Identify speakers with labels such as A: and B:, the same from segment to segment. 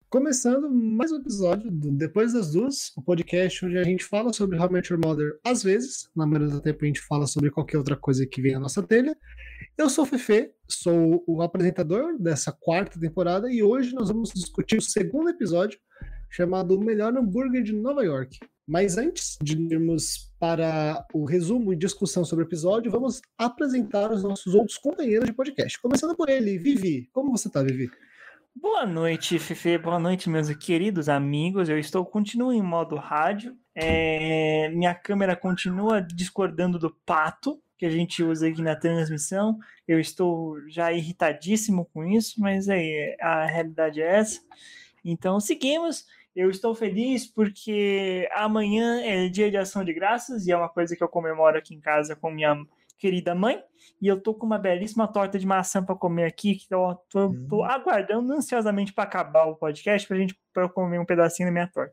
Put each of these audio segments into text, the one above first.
A: Começando mais um episódio do Depois das Duas, o podcast onde a gente fala sobre How I Met Your Mother às vezes, na maioria do tempo a gente fala sobre qualquer outra coisa que vem na nossa telha. Eu sou o Fefe, sou o apresentador dessa quarta temporada e hoje nós vamos discutir o segundo episódio chamado O Melhor Hambúrguer de Nova York. Mas antes de irmos para o resumo e discussão sobre o episódio, vamos apresentar os nossos outros companheiros de podcast. Começando por ele, Vivi. Como você tá, Vivi?
B: Boa noite, Fefe. Boa noite, meus queridos amigos. Continuo em modo rádio. Minha câmera continua discordando do pato que a gente usa aqui na transmissão. Eu estou já irritadíssimo com isso, mas a realidade é essa. Então, seguimos. Eu estou feliz porque amanhã é dia de ação de graças e é uma coisa que eu comemoro aqui em casa com minha querida mãe. E eu tô com uma belíssima torta de maçã para comer aqui, que eu tô aguardando ansiosamente para acabar o podcast para eu comer um pedacinho da minha torta.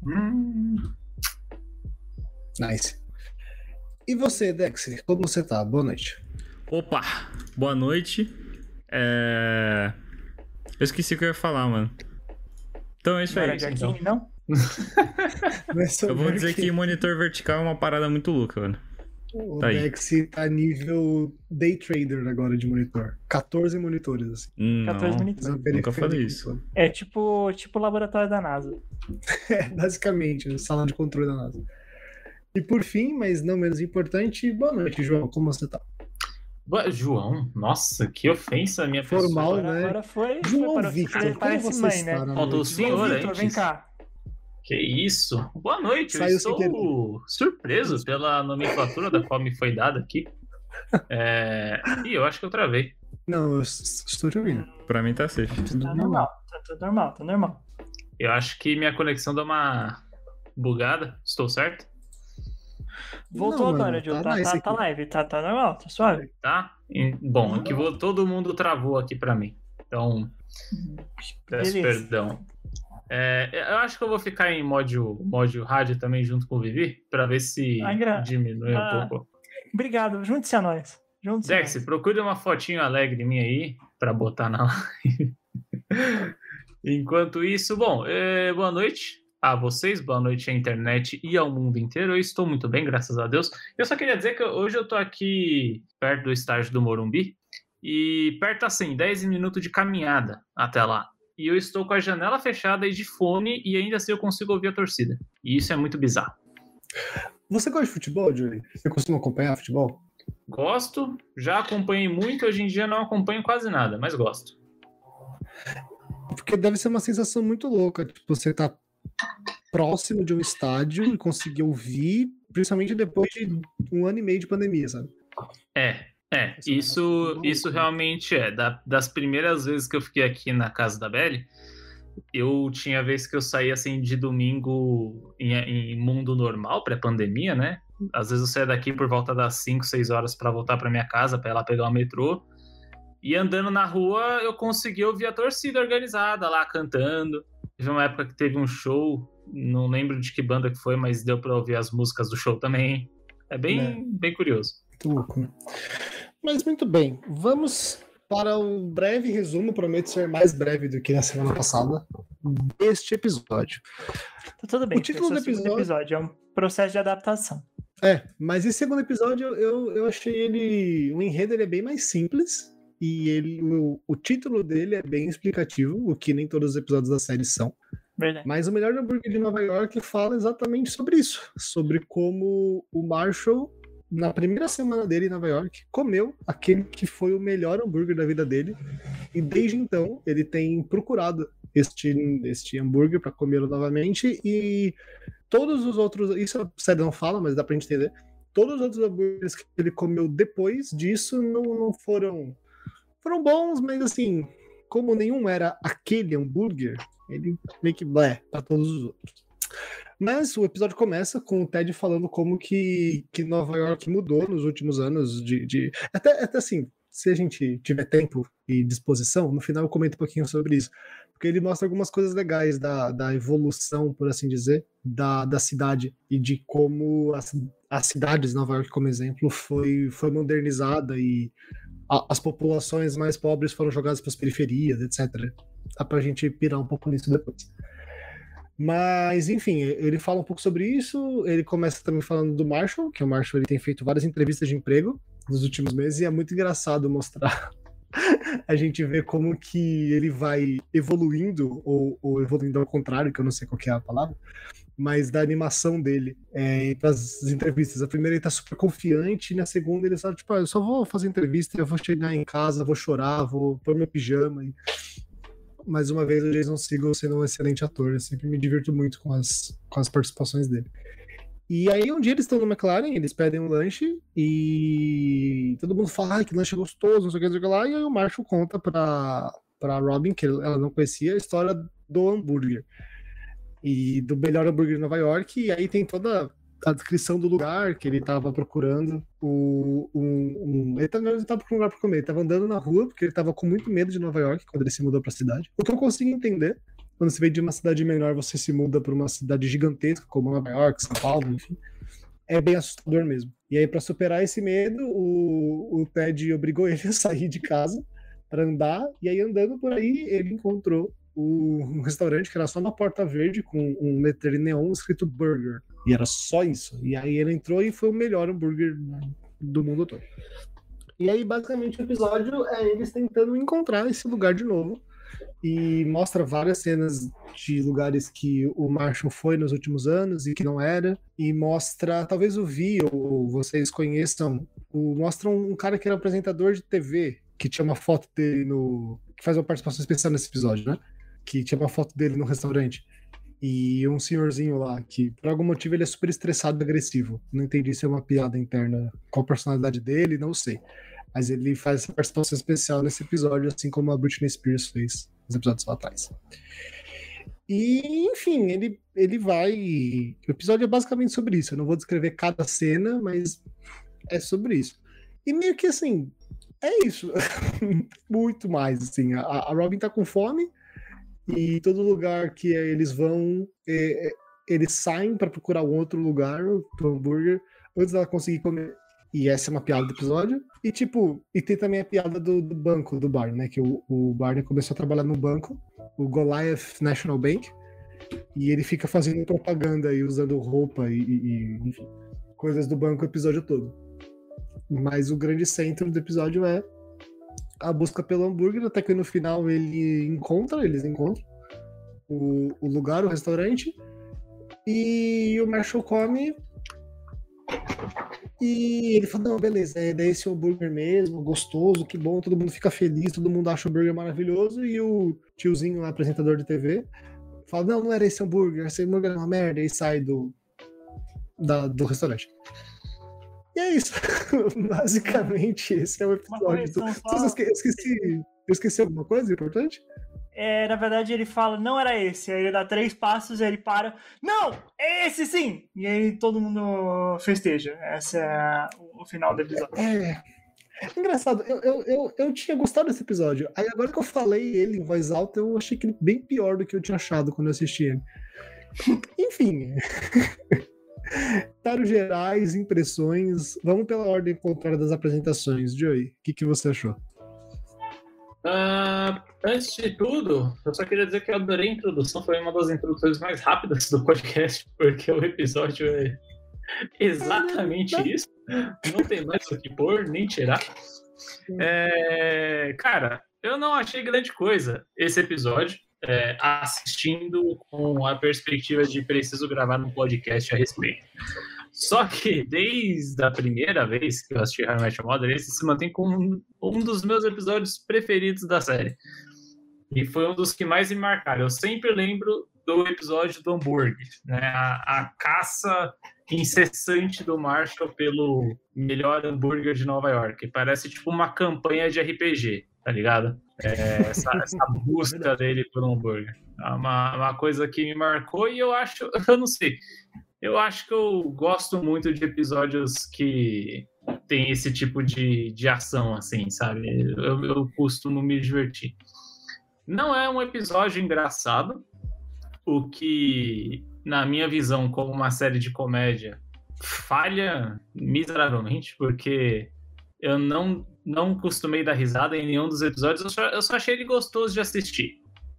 A: Nice. E você, Dex, como você tá? Boa noite.
C: Opa, boa noite. Eu esqueci o que eu ia falar, mano. Então é isso aí.
B: Então. Não?
A: Eu
C: vou dizer que monitor vertical é uma parada muito louca, mano.
A: O Dex tá nível day trader agora de monitor. 14 monitores, assim.
B: 14 monitores.
C: Nunca falei isso.
B: É tipo o laboratório da NASA.
A: Basicamente, sala de controle da NASA. E por fim, mas não menos importante, boa noite, João. Como você tá?
D: João? Nossa, que ofensa a minha pessoa.
A: Formal, né?
B: Agora foi.
A: João Victor,
B: parece
A: como você
B: mãe,
A: está,
B: né?
D: Faltou o senhor
B: Victor, vem cá.
D: Que isso? Boa noite,
A: Saiu
D: eu estou surpreso pela nomenclatura da qual me foi dada aqui. E eu acho que eu travei.
A: Não, eu estou te ouvindo.
C: Pra mim tá safe.
B: Tá normal.
D: Eu acho que minha conexão dá uma bugada, estou certo?
B: Voltou agora, Joe. Tá live, tá normal, tá suave.
D: Tá? Bom, é que todo mundo travou aqui pra mim. Então, peço perdão. Eu acho que eu vou ficar em modo rádio também junto com o Vivi, pra ver se diminui um pouco.
B: Obrigado, junte-se a nós.
D: Dex, procure uma fotinho alegre minha aí, pra botar na live. Enquanto isso, bom, boa noite a vocês, boa noite à internet e ao mundo inteiro. Eu estou muito bem, graças a Deus. Eu só queria dizer que hoje eu tô aqui perto do estádio do Morumbi, e perto assim, 10 minutos de caminhada até lá. E eu estou com a janela fechada e de fone, e ainda assim eu consigo ouvir a torcida. E isso é muito bizarro.
A: Você gosta de futebol, Joey? Você costuma acompanhar futebol?
D: Gosto, já acompanhei muito, hoje em dia não acompanho quase nada, mas gosto.
A: Porque deve ser uma sensação muito louca, tipo, você tá próximo de um estádio e conseguir ouvir, principalmente depois de 1 ano e meio de pandemia, sabe?
D: Isso realmente das primeiras vezes que eu fiquei aqui na casa da Belly, eu tinha vez que eu saía assim de domingo em mundo normal, pré-pandemia, né? Às vezes eu saía daqui por volta das 5, 6 horas para voltar para minha casa, para ir lá pegar o metrô. E andando na rua, eu consegui ouvir a torcida organizada lá cantando. Teve uma época que teve um show, não lembro de que banda que foi, mas deu para ouvir as músicas do show também. É bem curioso.
A: Muito louco, né? Mas muito bem, vamos para o breve resumo, prometo ser mais breve do que na semana passada, deste episódio.
B: Tá tudo bem,
A: o título do
B: episódio é um processo de adaptação.
A: Mas esse segundo episódio eu achei ele, o enredo ele é bem mais simples, e o título dele é bem explicativo, o que nem todos os episódios da série são.
B: Verdade.
A: Mas o Melhor Hambúrguer de Nova York fala exatamente sobre isso, sobre como o Marshall, na primeira semana dele em Nova York, comeu aquele que foi o melhor hambúrguer da vida dele, e desde então ele tem procurado este hambúrguer para comê-lo novamente, e todos os outros, isso a série não fala, mas dá pra gente entender, todos os outros hambúrgueres que ele comeu depois disso não foram bons, mas assim, como nenhum era aquele hambúrguer, ele meio que blé pra todos os outros. Mas o episódio começa com o Ted falando como que Nova York mudou nos últimos anos até assim, se a gente tiver tempo e disposição, no final eu comento um pouquinho sobre isso, porque ele mostra algumas coisas legais da evolução, por assim dizer, da cidade, e de como as cidades de Nova York, como exemplo, foi modernizada e as populações mais pobres foram jogadas para as periferias, etc. dá pra gente pirar um pouco nisso depois. Mas, enfim, ele fala um pouco sobre isso, ele começa também falando do Marshall, que o Marshall ele tem feito várias entrevistas de emprego nos últimos meses, e é muito engraçado mostrar a gente vê como que ele vai evoluindo, ou evoluindo ao contrário, que eu não sei qual que é a palavra, mas da animação dele das entrevistas. A primeira ele tá super confiante, e na segunda ele fala, tipo, eu só vou fazer entrevista, eu vou chegar em casa, vou chorar, vou pôr meu pijama. E mais uma vez o Jason Segel sendo um excelente ator, eu sempre me divirto muito com as participações dele. E aí um dia eles estão no McLaren, eles pedem um lanche e todo mundo fala que lanche gostoso, não sei o que lá, e aí o Marshall conta pra Robin, que ela não conhecia, a história do hambúrguer e do melhor hambúrguer de Nova York, e aí tem toda a descrição do lugar que ele estava procurando. Ele estava procurando um lugar para comer, ele estava andando na rua porque ele estava com muito medo de Nova York quando ele se mudou para a cidade. O que eu consigo entender, quando você vem de uma cidade menor, você se muda para uma cidade gigantesca como Nova York, São Paulo, enfim, é bem assustador mesmo. E aí, para superar esse medo, o Ted obrigou ele a sair de casa para andar, e aí andando por aí, ele encontrou um restaurante que era só uma porta verde com um letreiro neon escrito burger. E era só isso. E aí ele entrou e foi o melhor hambúrguer do mundo todo. E aí, basicamente, o episódio é eles tentando encontrar esse lugar de novo. E mostra várias cenas de lugares que o Marshall foi nos últimos anos e que não era. E mostra, talvez o Vi ou vocês conheçam, mostra um cara que era apresentador de TV, que tinha uma foto dele que faz uma participação especial nesse episódio, né? Que tinha uma foto dele no restaurante. E um senhorzinho lá, que por algum motivo ele é super estressado e agressivo. Não entendi se é uma piada interna com a personalidade dele, não sei. Mas ele faz essa participação especial nesse episódio, assim como a Britney Spears fez nos episódios lá atrás. E, enfim, ele vai... O episódio é basicamente sobre isso. Eu não vou descrever cada cena, mas é sobre isso. E meio que, assim, é isso. Muito mais, assim. A Robin tá com fome, e todo lugar que eles vão, eles saem para procurar um outro lugar pro hambúrguer antes dela conseguir comer. E essa é uma piada do episódio. E tipo, e tem também a piada do banco do Barney, né? Que o Barney começou a trabalhar no banco, o Goliath National Bank, e ele fica fazendo propaganda e usando roupa e enfim, coisas do banco o episódio todo. Mas o grande centro do episódio é a busca pelo hambúrguer, até que no final eles encontram o lugar, o restaurante, e o Marshall come, e ele fala, não, beleza, é esse o hambúrguer mesmo, gostoso, que bom, todo mundo fica feliz, todo mundo acha o hambúrguer maravilhoso, e o tiozinho lá, apresentador de TV, fala, não era esse hambúrguer é uma merda, e sai do restaurante. E é isso. Basicamente, esse é o episódio. Eu esqueci alguma coisa importante?
B: Na verdade, ele fala, não era esse. Aí ele dá 3 passos, aí ele para. Não! É esse sim! E aí todo mundo festeja. Esse é o final do episódio.
A: Engraçado, eu tinha gostado desse episódio. Aí agora que eu falei ele em voz alta, eu achei que ele bem pior do que eu tinha achado quando eu assisti ele. Enfim... Taros gerais, impressões. Vamos pela ordem contrária das apresentações. Joey, o que você achou?
D: Antes de tudo, eu só queria dizer que eu adorei a introdução. Foi uma das introduções mais rápidas do podcast, porque o episódio é exatamente isso. Não tem mais o que pôr, nem tirar. Cara, eu não achei grande coisa esse episódio. Assistindo com a perspectiva de preciso gravar um podcast a respeito. Só que desde a primeira vez que eu assisti How I Met Your Mother, esse se mantém como um dos meus episódios preferidos da série. E foi um dos que mais me marcaram. Eu sempre lembro do episódio do hambúrguer, né? A caça incessante do Marshall pelo melhor hambúrguer de Nova York. Parece tipo uma campanha de RPG, tá ligado? Essa busca dele por um hambúrguer. É uma coisa que me marcou e eu não sei, eu acho que eu gosto muito de episódios que tem esse tipo de ação, assim, sabe? Eu costumo me divertir. Não é um episódio engraçado, o que, na minha visão, como uma série de comédia, falha miseravelmente, porque eu não costumei dar risada em nenhum dos episódios, eu só achei ele gostoso de assistir.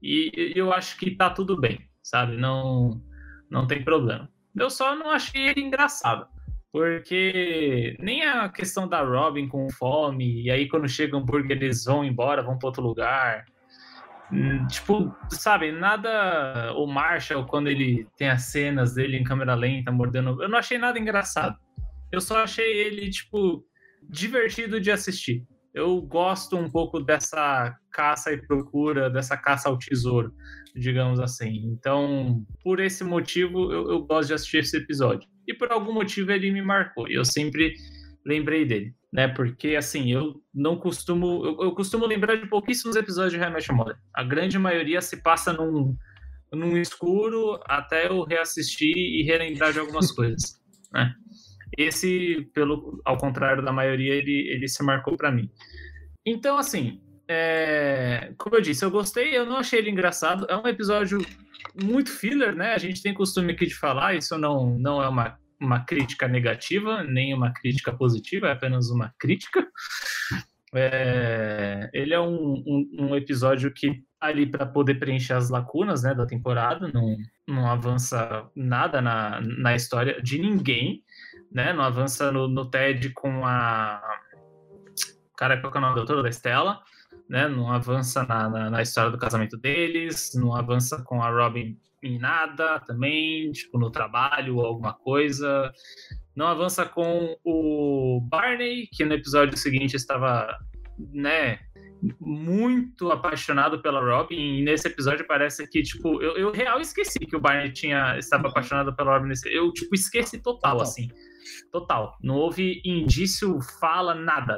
D: E eu acho que tá tudo bem, sabe? Não tem problema. Eu só não achei ele engraçado. Porque nem a questão da Robin com fome, e aí quando chega o hambúrguer eles vão embora, vão para outro lugar. Tipo, sabe, nada. O Marshall, quando ele tem as cenas dele em câmera lenta, mordendo. Eu não achei nada engraçado. Eu só achei ele, tipo, divertido de assistir. Eu gosto um pouco dessa caça e procura, dessa caça ao tesouro, digamos assim. Então, por esse motivo, eu gosto de assistir esse episódio. E por algum motivo ele me marcou. E eu sempre lembrei dele, né? Porque, assim, eu não costumo... Eu costumo lembrar de pouquíssimos episódios de How I Met Your Mother. A grande maioria se passa num escuro até eu reassistir e relembrar de algumas coisas, né? Esse, ao contrário da maioria, ele se marcou para mim. Então, assim, como eu disse, eu gostei, eu não achei ele engraçado. É um episódio muito filler, né? A gente tem costume aqui de falar, isso não é uma crítica negativa, nem uma crítica positiva, é apenas uma crítica. Ele é um episódio que tá ali para poder preencher as lacunas, né, da temporada, não avança nada na história de ninguém, né? Não avança no Ted com a... Cara, qual que é o nome da doutora? Da Estela, né? Não avança na história do casamento deles, não avança com a Robin em nada também, tipo, no trabalho ou alguma coisa. Não avança com o Barney, que no episódio seguinte estava, né, muito apaixonado pela Robin, e nesse episódio parece que, tipo, eu real esqueci que o Barney estava apaixonado pela Robin. Eu, tipo, esqueci total, assim. Total. Não houve indício, fala, nada.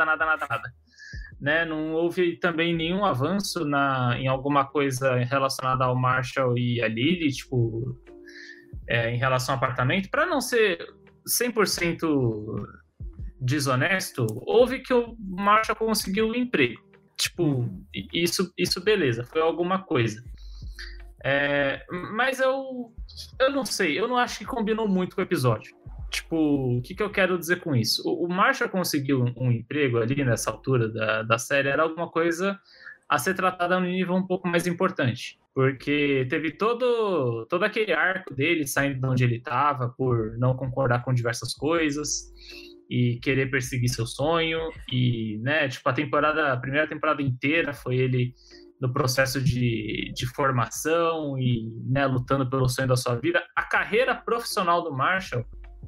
D: Né? Não houve também nenhum avanço em alguma coisa relacionada ao Marshall e a Lily, tipo, em relação ao apartamento. Para não ser 100% desonesto, houve que o Marshall conseguiu um emprego. Tipo, isso beleza, foi alguma coisa. Mas eu não sei, eu não acho que combinou muito com o episódio. Tipo, o que eu quero dizer com isso? O Marshall conseguiu um emprego ali nessa altura da série, era alguma coisa a ser tratada num nível um pouco mais importante. Porque teve todo aquele arco dele saindo de onde ele estava por não concordar com diversas coisas e querer perseguir seu sonho. E, né, tipo, a primeira temporada inteira foi ele no processo de formação e, né, lutando pelo sonho da sua vida. A carreira profissional do Marshall,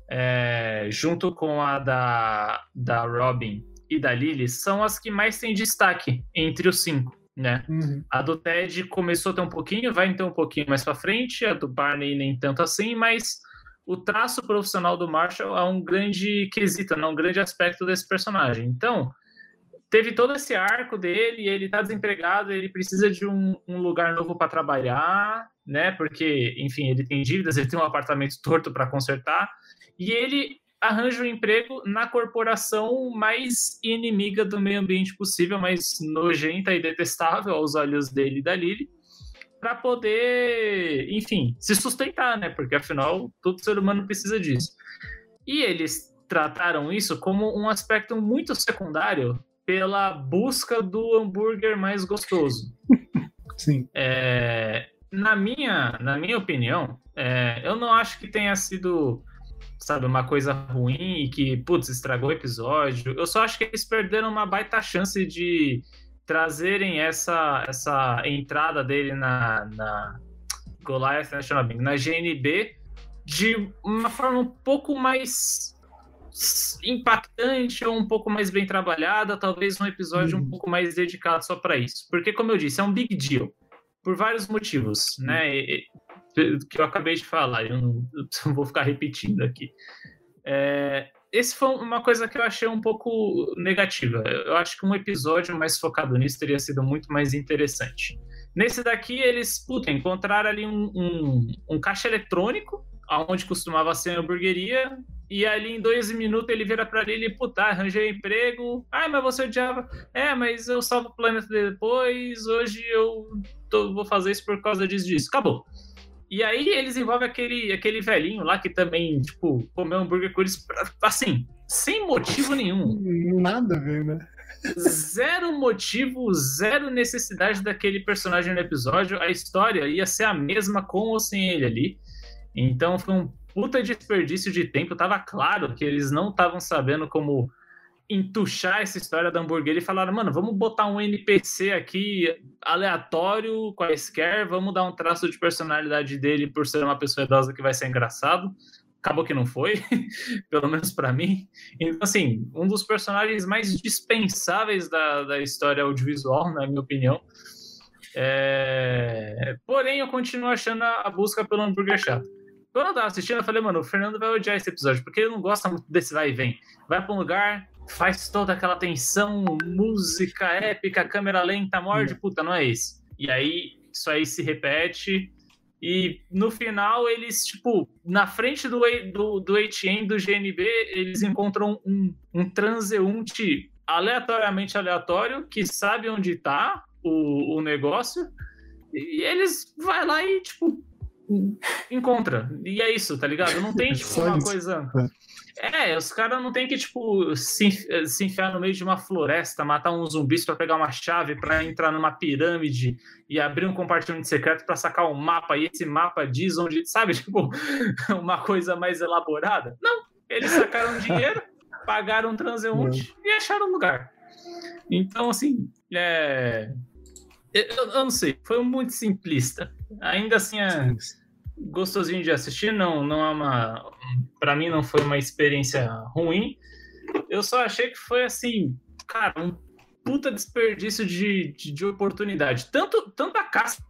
D: junto com a da Robin e da Lily, são as que mais têm destaque entre os 5, né? Uhum. A do Ted começou a ter um pouquinho, vai ter um pouquinho mais pra frente, a do Barney nem tanto assim, mas o traço profissional do Marshall é um grande quesito, né? Um grande aspecto desse personagem. Então, teve todo esse arco dele, ele tá desempregado, ele precisa de um lugar novo para trabalhar, né? Porque, enfim, ele tem dívidas, ele tem um apartamento torto para consertar, e ele arranja um emprego na corporação mais inimiga do meio ambiente possível, mais nojenta e detestável aos olhos dele e da Lily, para poder, enfim, se sustentar, né? Porque, afinal, todo ser humano precisa disso. E eles trataram isso como um aspecto muito secundário pela busca do hambúrguer mais gostoso.
A: Sim.
D: Na minha opinião, eu não acho que tenha sido, sabe, uma coisa ruim e que, putz, estragou o episódio. Eu só acho que eles perderam uma baita chance de trazerem essa entrada dele na Goliath National Bank, na GNB, de uma forma um pouco mais impactante ou um pouco mais bem trabalhada, talvez um episódio um pouco mais dedicado só para isso. Porque, como eu disse, é um big deal, por vários motivos, né? Que eu acabei de falar, eu não vou ficar repetindo aqui. Esse foi uma coisa que eu achei um pouco negativa. Eu acho que um episódio mais focado nisso teria sido muito mais interessante. Nesse daqui, eles encontraram ali um caixa eletrônico, onde costumava ser a hamburgueria, e ali em 2 minutos ele vira pra ele e, arranjei emprego. Mas você odiava. Mas eu salvo o planeta depois, hoje eu vou fazer isso por causa disso. Acabou. E aí eles envolvem aquele velhinho lá que também, tipo, comeu hambúrguer com eles, assim, sem motivo nenhum.
A: Nada a ver, né?
D: Zero motivo, zero necessidade daquele personagem no episódio. A história ia ser a mesma com ou sem ele ali. Então foi um puta desperdício de tempo. Tava claro que eles não estavam sabendo como entuchar essa história da hamburgueria e falaram, mano, vamos botar um NPC aqui aleatório, quaisquer, vamos dar um traço de personalidade dele por ser uma pessoa idosa que vai ser engraçado. Acabou que não foi, pelo menos pra mim. Então, assim, um dos personagens mais dispensáveis da história audiovisual, na minha opinião. Porém, eu continuo achando a busca pelo hambúrguer chato. Quando eu tava assistindo, eu falei, mano, o Fernando vai odiar esse episódio, porque ele não gosta muito desse vai e vem. Vai pra um lugar, faz toda aquela tensão, música épica, câmera lenta, morde, puta, não é isso. E aí, isso aí se repete, e no final, eles, tipo, na frente do ATM, do GNB, eles encontram um transeunte aleatoriamente aleatório, que sabe onde tá o negócio, e eles vai lá e, tipo, encontra. E é isso, tá ligado? Não tem, tipo, uma coisa... os caras não tem que, tipo, se enfiar no meio de uma floresta, matar uns zumbis pra pegar uma chave pra entrar numa pirâmide e abrir um compartimento secreto pra sacar um mapa, e esse mapa diz onde, sabe? Tipo, uma coisa mais elaborada. Não, eles sacaram dinheiro, pagaram um transeunte e acharam um lugar. Então, assim, eu não sei, foi muito simplista. Ainda assim, gostosinho de assistir, não é uma... Pra mim não foi uma experiência ruim. Eu só achei que foi assim, cara, um puta desperdício de oportunidade. Tanto a caça...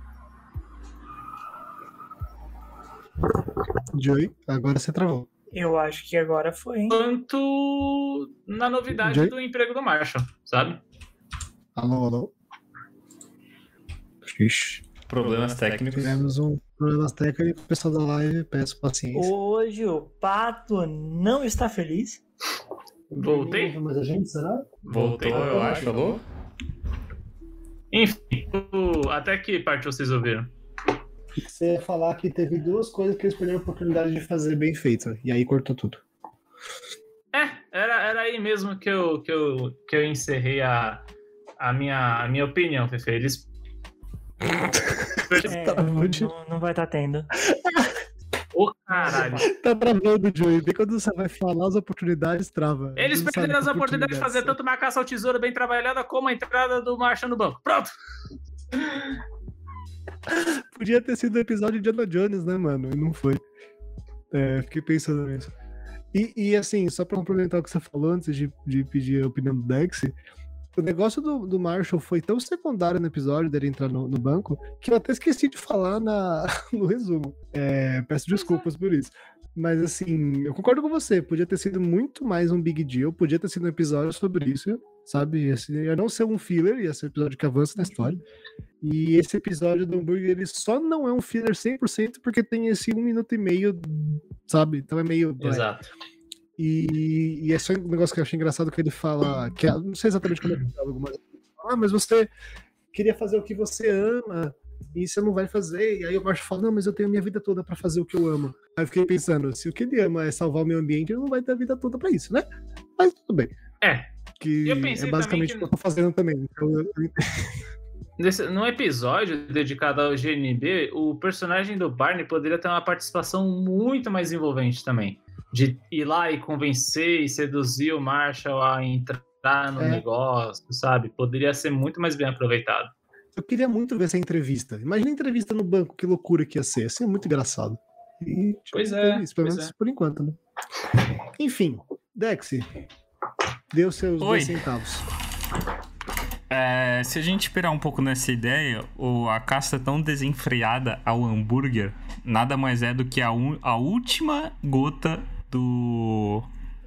A: Joey, agora você travou.
B: Eu acho que agora foi, hein?
D: Quanto na novidade
A: Joey?
D: do emprego do Marshall, sabe?
A: Alô? Ixi.
C: Problemas técnicos.
A: Tivemos problemas técnicos, o pessoal da live, peço paciência.
B: Hoje o Pato não está feliz.
D: Voltei?
A: Mas a gente, será?
C: Voltou, eu acho, falou?
D: Enfim, até que parte vocês ouviram?
A: Você ia falar que teve duas coisas que eles perderam a oportunidade de fazer bem feita, e aí cortou tudo.
D: Era aí mesmo que eu encerrei a minha opinião, Fefe. Eles...
B: não vai estar tendo.
D: Ô, caralho.
A: Tá travando, Joey. Bem quando você vai falar, as oportunidades travam.
D: Eles perderam as oportunidades de fazer tanto uma caça ao tesouro bem trabalhada como a entrada do Marshall no banco. Pronto!
A: Podia ter sido o episódio de Indiana Jones, né, mano? E não foi. Fiquei pensando nisso. E assim, só pra complementar o que você falou antes de pedir a opinião do Dex, o negócio do Marshall foi tão secundário no episódio dele entrar no banco que eu até esqueci de falar no resumo. Peço desculpas por isso. Mas assim, eu concordo com você. Podia ter sido muito mais um big deal. Podia ter sido um episódio sobre isso, sabe? Assim, ia não ser um filler, ia ser um episódio que avança na história. E esse episódio do hambúrguer, ele só não é um filler 100% porque tem esse 1 minuto e meio, sabe? Então é meio...
D: Exato.
A: E é só um negócio que eu achei engraçado que ele fala, que não sei exatamente como é que ele fala, mas mas você queria fazer o que você ama e você não vai fazer. E aí o Marshall fala, não, mas eu tenho a minha vida toda pra fazer o que eu amo. Aí eu fiquei pensando, se o que ele ama é salvar o meio ambiente, ele não vai ter a vida toda pra isso, né? Mas tudo bem. Que
D: eu pensei
A: é basicamente o que eu tô fazendo também. Então
D: no episódio dedicado ao GNB, o personagem do Barney poderia ter uma participação muito mais envolvente também. De ir lá e convencer e seduzir o Marshall a entrar no negócio, sabe? Poderia ser muito mais bem aproveitado.
A: Eu queria muito ver essa entrevista. Imagina a entrevista no banco, que loucura que ia ser. Ia ser muito engraçado. E,
D: pois é.
A: Isso, pelo menos por enquanto, né? Enfim, Dex, deu seus 2 centavos.
C: Se a gente esperar um pouco nessa ideia, a caça tão desenfreada ao hambúrguer nada mais é do que a última gota do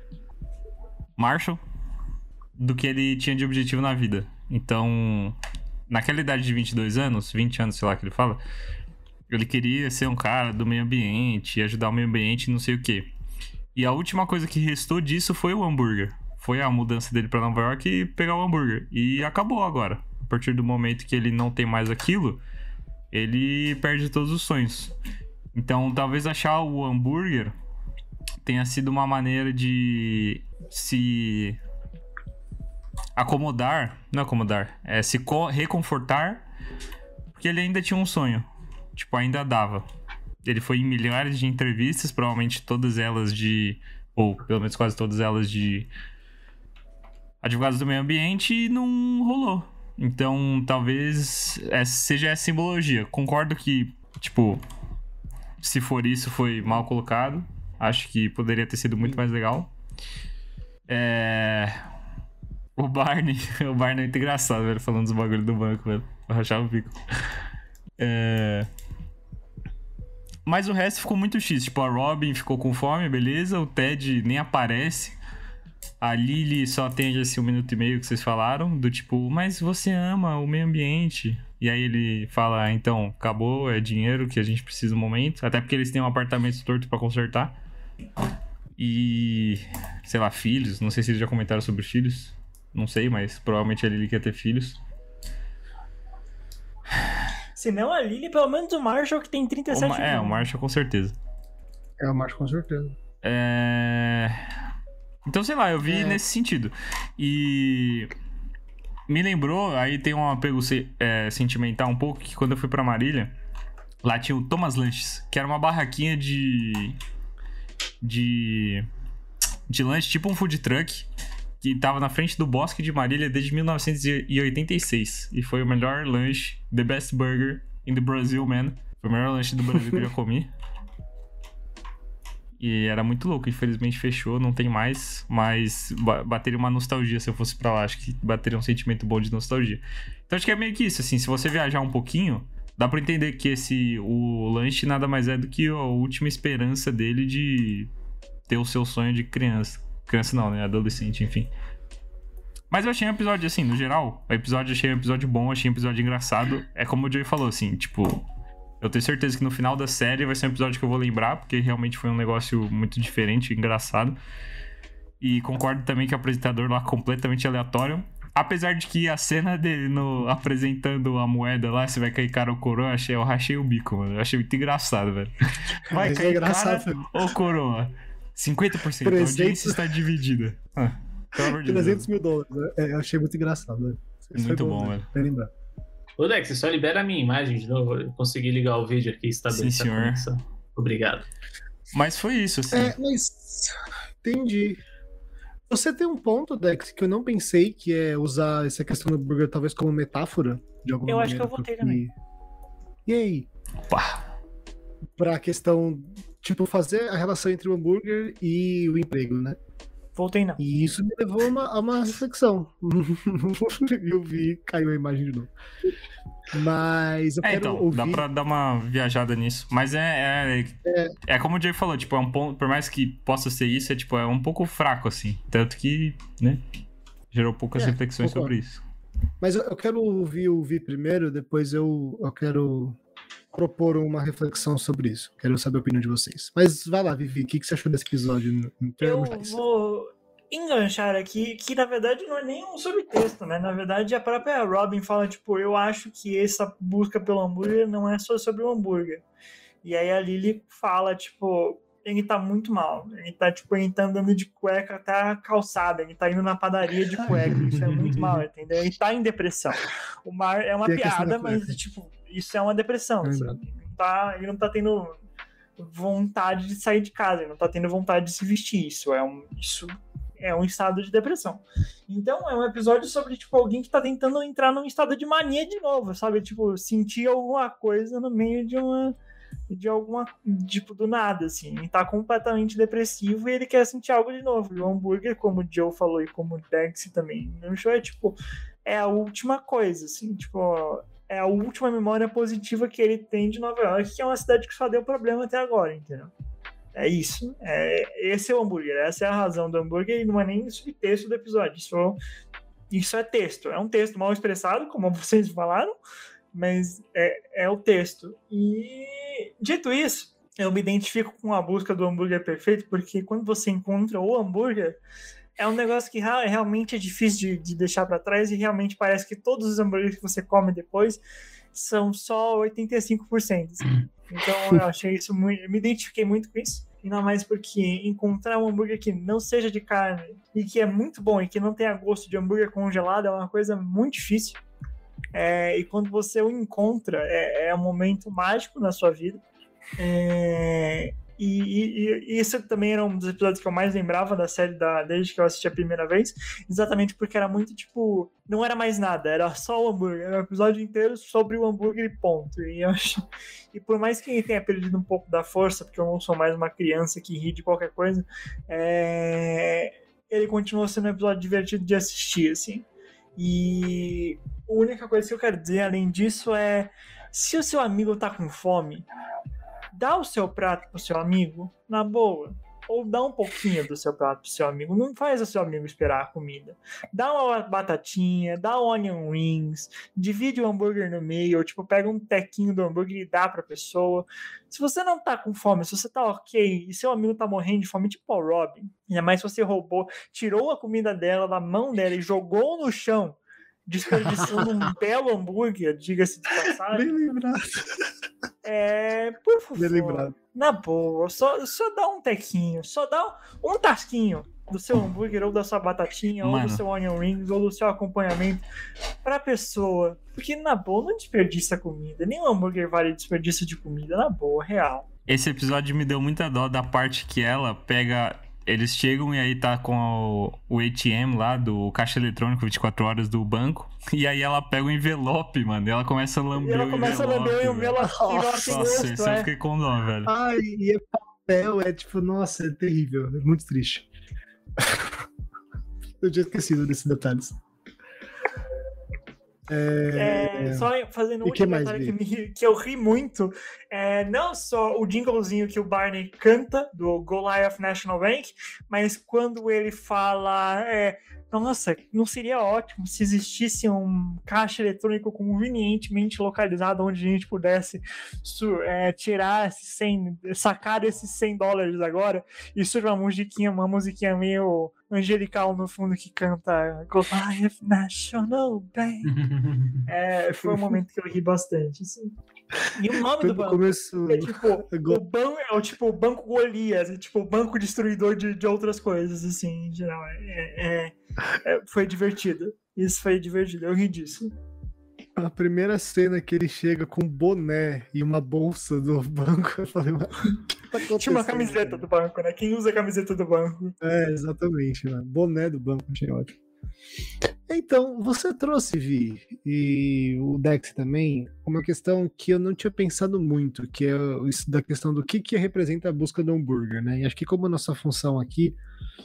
C: Marshall do que ele tinha de objetivo na vida. Então, naquela idade de 22 anos, 20 anos, sei lá que ele fala, ele queria ser um cara do meio ambiente, ajudar o meio ambiente e não sei o quê. E a última coisa que restou disso foi o hambúrguer. Foi a mudança dele pra Nova York e pegar o hambúrguer. E acabou agora. A partir do momento que ele não tem mais aquilo, ele perde todos os sonhos. Então, talvez achar o hambúrguer tenha sido uma maneira de se se reconfortar, porque ele ainda tinha um sonho. Tipo, ainda dava. Ele foi em milhares de entrevistas, provavelmente todas elas ou pelo menos quase todas elas de advogados do meio ambiente, e não rolou. Então, talvez seja essa simbologia. Concordo que, tipo, se for isso, foi mal colocado. Acho que poderia ter sido muito mais legal. O Barney é muito engraçado, velho, falando dos bagulhos do banco, velho. Eu rachava o bico. Mas o resto ficou muito X. Tipo, a Robin ficou com fome, beleza. O Ted nem aparece. A Lily só tem esse 1 minuto e meio que vocês falaram. Do tipo, mas você ama o meio ambiente. E aí ele fala, então, acabou, é dinheiro que a gente precisa no momento. Até porque eles têm um apartamento torto pra consertar. E, sei lá, filhos. Não sei se eles já comentaram sobre filhos. Não sei, mas provavelmente a Lily quer ter filhos.
B: Se não a Lily, pelo menos o Marshall, que tem 37 anos.
C: O Marshall com certeza.
A: O Marshall com certeza.
C: Então, sei lá, eu vi nesse sentido. E me lembrou, aí tem um apego sentimental um pouco, que quando eu fui pra Marília, lá tinha o Thomas Lanches, que era uma barraquinha de lanche, tipo um food truck, que tava na frente do Bosque de Marília desde 1986. E foi o melhor lanche, the best burger in the Brazil, man. Foi o melhor lanche do Brasil que eu já comi. E era muito louco, infelizmente fechou, não tem mais. Mas bateria uma nostalgia se eu fosse pra lá. Acho que bateria um sentimento bom de nostalgia. Então acho que é meio que isso, assim, se você viajar um pouquinho, dá pra entender que o lanche nada mais é do que a última esperança dele de ter o seu sonho de criança. Criança não, né? Adolescente, enfim. Mas eu achei um episódio, assim, no geral, achei um episódio bom, achei um episódio engraçado. É como o Joey falou, assim, tipo, eu tenho certeza que no final da série vai ser um episódio que eu vou lembrar, porque realmente foi um negócio muito diferente, engraçado. E concordo também que o apresentador lá completamente aleatório. Apesar de que a cena dele apresentando a moeda lá, você vai cair cara ou coroa, eu rachei o bico, mano. Eu achei muito engraçado, velho. Vai cair cara ou coroa? 50%, a audiência está dividida. Pelo amor de
A: $300 mil, né? Eu achei muito engraçado, né?
C: Muito bom, velho.
A: Bem lembrar.
D: Ô, Dex, você só libera a minha imagem de novo. Eu consegui ligar o vídeo aqui, está
C: Sim, senhor.
D: Obrigado.
C: Mas foi isso, assim.
A: Mas entendi. Você tem um ponto, Dex, que eu não pensei, que é usar essa questão do burger talvez como metáfora de alguma maneira.
B: Eu acho que eu votei também.
A: E aí?
C: Opa!
A: Pra questão, tipo, fazer a relação entre o hambúrguer e o emprego, né?
B: Voltei não.
A: E isso me levou a uma reflexão. Eu vi, caiu a imagem de novo. Mas eu quero
C: então,
A: ouvir...
C: dá pra dar uma viajada nisso. Mas é como o Jay falou, tipo, é um ponto, por mais que possa ser isso, é um pouco fraco, assim. Tanto que, né, gerou poucas reflexões sobre isso.
A: Mas eu quero ouvir o Vi primeiro, depois eu quero propor uma reflexão sobre isso. Quero saber a opinião de vocês. Mas vai lá, Vivi, o que você achou desse episódio?
B: Eu vou enganchar aqui, que na verdade não é nem um subtexto, né? Na verdade, a própria Robin fala, tipo, eu acho que essa busca pelo hambúrguer não é só sobre o hambúrguer. E aí a Lily fala, tipo, ele tá muito mal. Ele tá andando de cueca até a calçada, ele tá indo na padaria de cueca. Isso é muito mal, entendeu? Ele tá em depressão. O Mar é uma piada, mas, tipo, isso é uma depressão. Assim. Ele não tá tendo vontade de sair de casa, ele não tá tendo vontade de se vestir. Isso é um estado de depressão. Então, é um episódio sobre, tipo, alguém que tá tentando entrar num estado de mania de novo, sabe? Tipo, sentir alguma coisa no meio de alguma, tipo, do nada, assim. Ele tá completamente depressivo e ele quer sentir algo de novo. E o hambúrguer, como o Joe falou e como o Dex também no show, é a última coisa, assim, tipo, é a última memória positiva que ele tem de Nova York, que é uma cidade que só deu problema até agora, entendeu? É isso. Esse é o hambúrguer. Essa é a razão do hambúrguer e não é nem subtexto do episódio. Isso é texto. É um texto mal expressado, como vocês falaram, mas é o texto. E, dito isso, eu me identifico com a busca do hambúrguer perfeito, porque quando você encontra o hambúrguer, é um negócio que realmente é difícil de deixar para trás e realmente parece que todos os hambúrgueres que você come depois são só 85%. Assim. Então eu achei isso muito... Eu me identifiquei muito com isso. Ainda mais porque encontrar um hambúrguer que não seja de carne e que é muito bom e que não tenha gosto de hambúrguer congelado é uma coisa muito difícil. E quando você o encontra, é um momento mágico na sua vida. E isso também era um dos episódios que eu mais lembrava da série desde que eu assisti a primeira vez, exatamente porque era muito tipo, não era mais nada, era só o hambúrguer, era um episódio inteiro sobre o hambúrguer e ponto. E por mais que ele tenha perdido um pouco da força, porque eu não sou mais uma criança que ri de qualquer coisa, ele continuou sendo um episódio divertido de assistir, assim. E a única coisa que eu quero dizer além disso é, se o seu amigo tá com fome, dá o seu prato pro seu amigo, na boa. Ou dá um pouquinho do seu prato pro seu amigo. Não faz o seu amigo esperar a comida. Dá uma batatinha, dá onion rings, divide o hambúrguer no meio, ou tipo, pega um tequinho do hambúrguer e dá pra pessoa. Se você não tá com fome, se você tá ok, e seu amigo tá morrendo de fome, tipo o Robin, ainda mais se você roubou, tirou a comida dela da mão dela e jogou no chão, desperdiçando um belo hambúrguer, diga-se de passagem.
A: Bem lembrado.
B: Por favor, na boa, só dá um tequinho, só dá um tasquinho do seu hambúrguer, ou da sua batatinha, ou do seu onion rings, ou do seu acompanhamento pra pessoa, porque na boa não desperdiça comida, nem o hambúrguer vale desperdício de comida, na boa, real.
C: Esse episódio me deu muita dó da parte que ela pega... Eles chegam e aí tá com o ATM lá, do caixa eletrônico 24 horas do banco. E aí ela pega o envelope, mano. E ela começa a lamber o envelope. Nossa, isso eu fiquei com dó, velho.
A: Ai, e é papel, tipo, nossa, é terrível. É muito triste. Eu tinha esquecido desses detalhes.
B: Só fazendo um último detalhe que eu ri muito, não só o jinglezinho que o Barney canta do Goliath National Bank, mas quando ele fala, nossa, não seria ótimo se existisse um caixa eletrônico convenientemente localizado onde a gente pudesse tirar sacar esses $100 agora, e surge uma musiquinha meio angelical no fundo que canta Goliath National Bank. Foi um momento que eu ri bastante, assim. E o nome do banco é tipo o Banco Golias, tipo o banco destruidor de outras coisas, assim, em geral. Foi divertido. Isso foi divertido, eu ri disso.
A: A primeira cena que ele chega com boné e uma bolsa do banco, eu falei, mano,
B: tinha uma camiseta do banco, né? Quem usa a camiseta do banco?
A: Exatamente, mano. Boné do banco, achei ótimo. Então, você trouxe, Vi, e o Dex também, uma questão que eu não tinha pensado muito, que é isso da questão do que representa a busca do hambúrguer, né? E acho que como a nossa função aqui,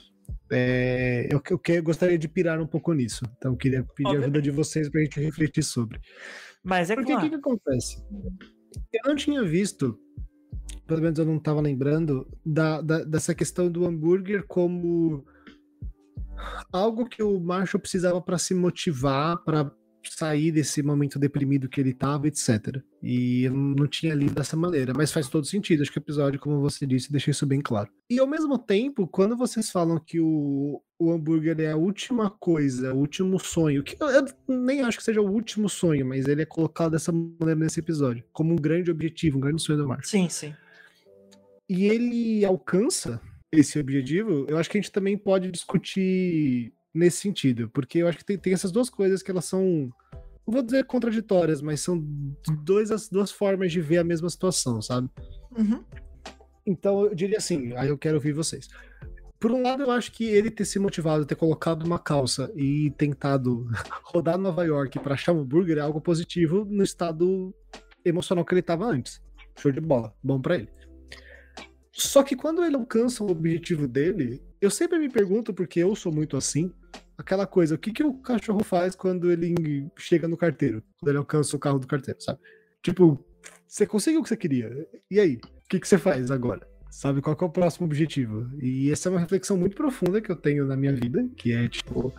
A: eu gostaria de pirar um pouco nisso. Então, eu queria pedir a ajuda de vocês pra gente refletir sobre.
B: Mas
A: porque o que acontece? Eu não tinha visto, pelo menos eu não estava lembrando, dessa questão do hambúrguer como algo que o Marshall precisava para se motivar, para sair desse momento deprimido que ele estava, etc. E eu não tinha lido dessa maneira, mas faz todo sentido. Acho que o episódio, como você disse, deixa isso bem claro. E ao mesmo tempo, quando vocês falam que o hambúrguer é a última coisa, o último sonho, que eu nem acho que seja o último sonho, mas ele é colocado dessa maneira nesse episódio, como um grande objetivo, um grande sonho do Marshall.
B: Sim, sim.
A: E ele alcança esse objetivo, eu acho que a gente também pode discutir nesse sentido, porque eu acho que tem essas duas coisas que elas são, não vou dizer contraditórias, mas são as duas formas de ver a mesma situação, sabe?
B: Uhum.
A: Então eu diria assim, aí eu quero ouvir vocês. Por um lado, eu acho que ele ter se motivado, ter colocado uma calça e tentado rodar Nova York para achar um hambúrguer é algo positivo no estado emocional que ele estava antes. Show de bola, bom para ele. Só que quando ele alcança o objetivo dele, eu sempre me pergunto, porque eu sou muito assim, aquela coisa, o que o cachorro faz quando ele chega no carteiro? Quando ele alcança o carro do carteiro, sabe? Tipo, você conseguiu o que você queria. E aí? O que você faz agora? Sabe, qual que é o próximo objetivo? E essa é uma reflexão muito profunda que eu tenho na minha vida, que é, tipo...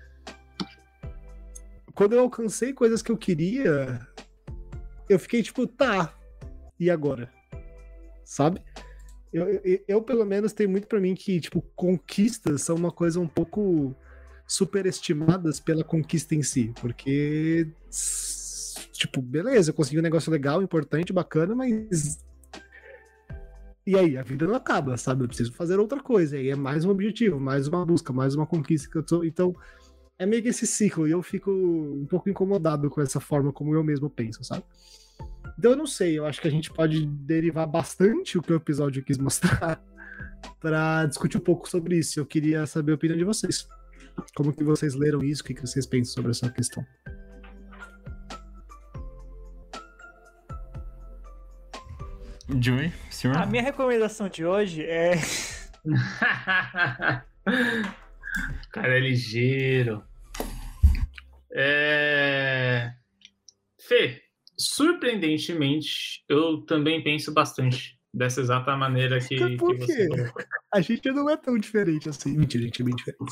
A: Quando eu alcancei coisas que eu queria, eu fiquei tipo, tá, e agora? Sabe? Eu, pelo menos, tenho muito pra mim que, tipo, conquistas são uma coisa um pouco superestimadas pela conquista em si, porque, tipo, beleza, eu consegui um negócio legal, importante, bacana, mas E aí, a vida não acaba, sabe? Eu preciso fazer outra coisa. E aí é mais um objetivo, mais uma busca, mais uma conquista que eu tô. Então, é meio que esse ciclo. E eu fico um pouco incomodado com essa forma como eu mesmo penso, sabe? Então, eu não sei. Eu acho que a gente pode derivar bastante o que o episódio quis mostrar para discutir um pouco sobre isso. Eu queria saber a opinião de vocês. Como que vocês leram isso? O que vocês pensam sobre essa questão?
C: Joey, senhor?
B: A minha recomendação de hoje é...
D: O cara é ligeiro. Fê, surpreendentemente, eu também penso bastante dessa exata maneira que você colocou.
A: A gente não é tão diferente assim. Mentira, a gente é bem diferente.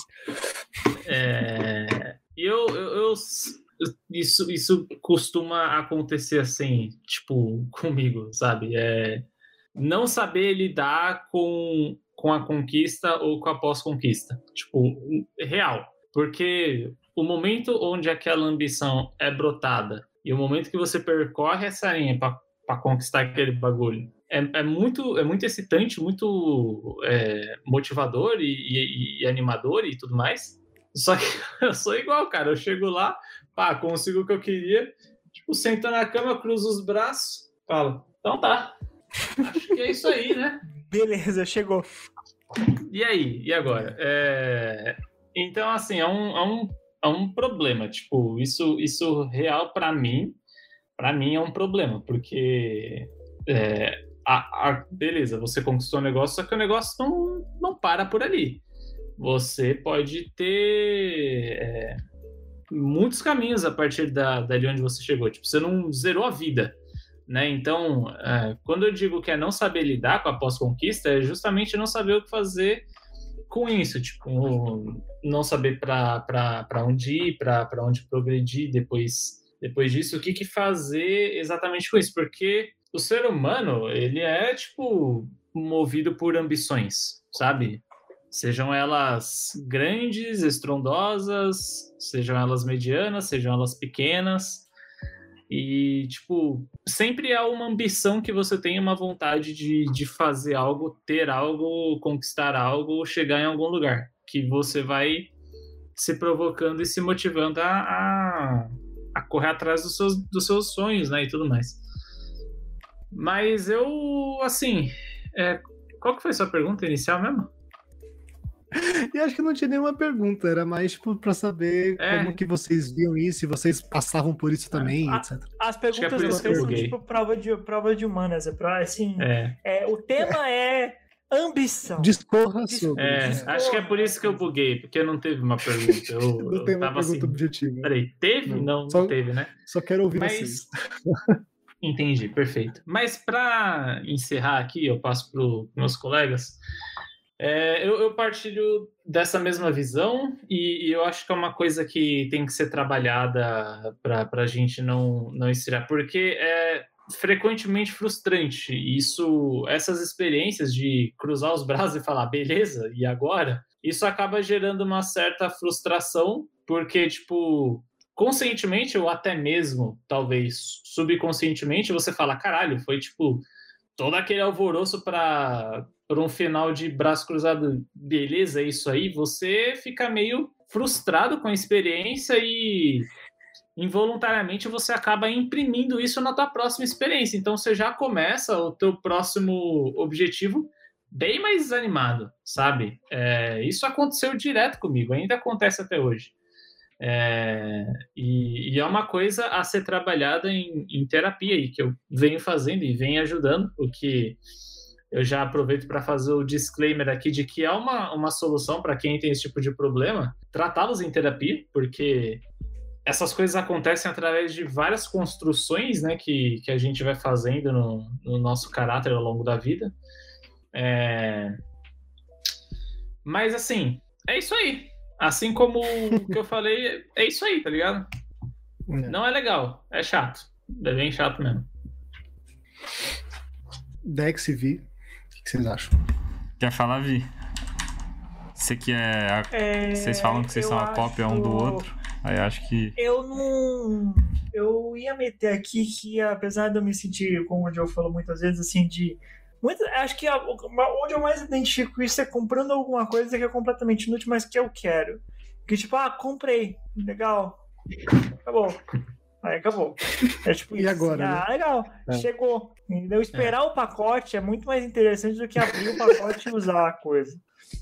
D: Isso costuma acontecer assim, tipo, comigo, sabe? Não saber lidar com a conquista ou com a pós-conquista. Tipo, real. Porque o momento onde aquela ambição é brotada e o momento que você percorre essa linha para conquistar aquele bagulho é muito excitante, muito motivador e animador e tudo mais. Só que eu sou igual, cara. Eu chego lá, consigo o que eu queria, tipo, sento na cama, cruzo os braços, falo, então tá. Acho que é isso aí, né?
B: Beleza, chegou.
D: E aí? E agora? Então, assim, é um problema. Tipo, isso real pra mim é um problema, porque beleza, você conquistou o negócio, só que o negócio não para por ali. Você pode ter muitos caminhos a partir dali onde você chegou. Tipo, você não zerou a vida, né? Então, quando eu digo que é não saber lidar com a pós-conquista, é justamente não saber o que fazer com isso. Tipo, não saber para onde ir, para onde progredir depois disso, o que fazer exatamente com isso. Porque o ser humano, ele é, tipo, movido por ambições, sabe? Sejam elas grandes, estrondosas, sejam elas medianas, sejam elas pequenas. E, tipo, sempre há uma ambição que você tem, uma vontade de fazer algo, ter algo, conquistar algo, chegar em algum lugar. Que você vai se provocando e se motivando a correr atrás dos seus sonhos, né? E tudo mais. Mas eu, assim... qual que foi a sua pergunta inicial mesmo?
A: E acho que não tinha nenhuma pergunta, era mais tipo pra saber como que vocês viam isso, se vocês passavam por isso também, etc.
B: As perguntas de vocês são tipo prova de humanas, assim, o tema é ambição.
A: Discorra sobre.
D: Acho que é por isso que eu buguei, porque não teve uma pergunta.
A: Não tem uma pergunta
D: assim,
A: objetiva.
D: Peraí, teve? Não teve, né?
A: Só quero ouvir vocês.
D: Entendi, perfeito. Mas para encerrar aqui, eu passo para os meus colegas. Eu partilho dessa mesma visão e eu acho que é uma coisa que tem que ser trabalhada para a gente não estrear, porque é frequentemente frustrante essas experiências de cruzar os braços e falar, beleza, e agora? Isso acaba gerando uma certa frustração, porque, tipo, conscientemente ou até mesmo, talvez, subconscientemente, você fala, caralho, foi, tipo, todo aquele alvoroço para um final de braço cruzado, beleza, é isso aí, você fica meio frustrado com a experiência e involuntariamente você acaba imprimindo isso na tua próxima experiência. Então você já começa o teu próximo objetivo bem mais desanimado, sabe? Isso aconteceu direto comigo, ainda acontece até hoje. E é uma coisa a ser trabalhada em terapia aí, que eu venho fazendo e venho ajudando, o que eu já aproveito para fazer o disclaimer aqui de que há uma solução para quem tem esse tipo de problema, tratá-los em terapia, porque essas coisas acontecem através de várias construções, né, que a gente vai fazendo no nosso caráter ao longo da vida. Mas, assim, é isso aí. Assim como o que eu falei, é isso aí, tá ligado? Não é legal, é chato. É bem chato mesmo.
A: Dex e Vi, o que vocês acham?
C: Quer falar, Vi? Você que vocês falam que vocês são a cópia um do outro. Aí acho que... Eu
B: ia meter aqui que, apesar de eu me sentir, como o Joe falou muitas vezes, assim, de Acho que onde eu mais identifico isso é comprando alguma coisa que é completamente inútil, mas que eu quero. Que tipo, comprei, legal, acabou. Aí acabou. É tipo
A: E
B: isso,
A: agora,
B: assim, legal, chegou. Entendeu? Esperar o pacote é muito mais interessante do que abrir o pacote e usar a coisa.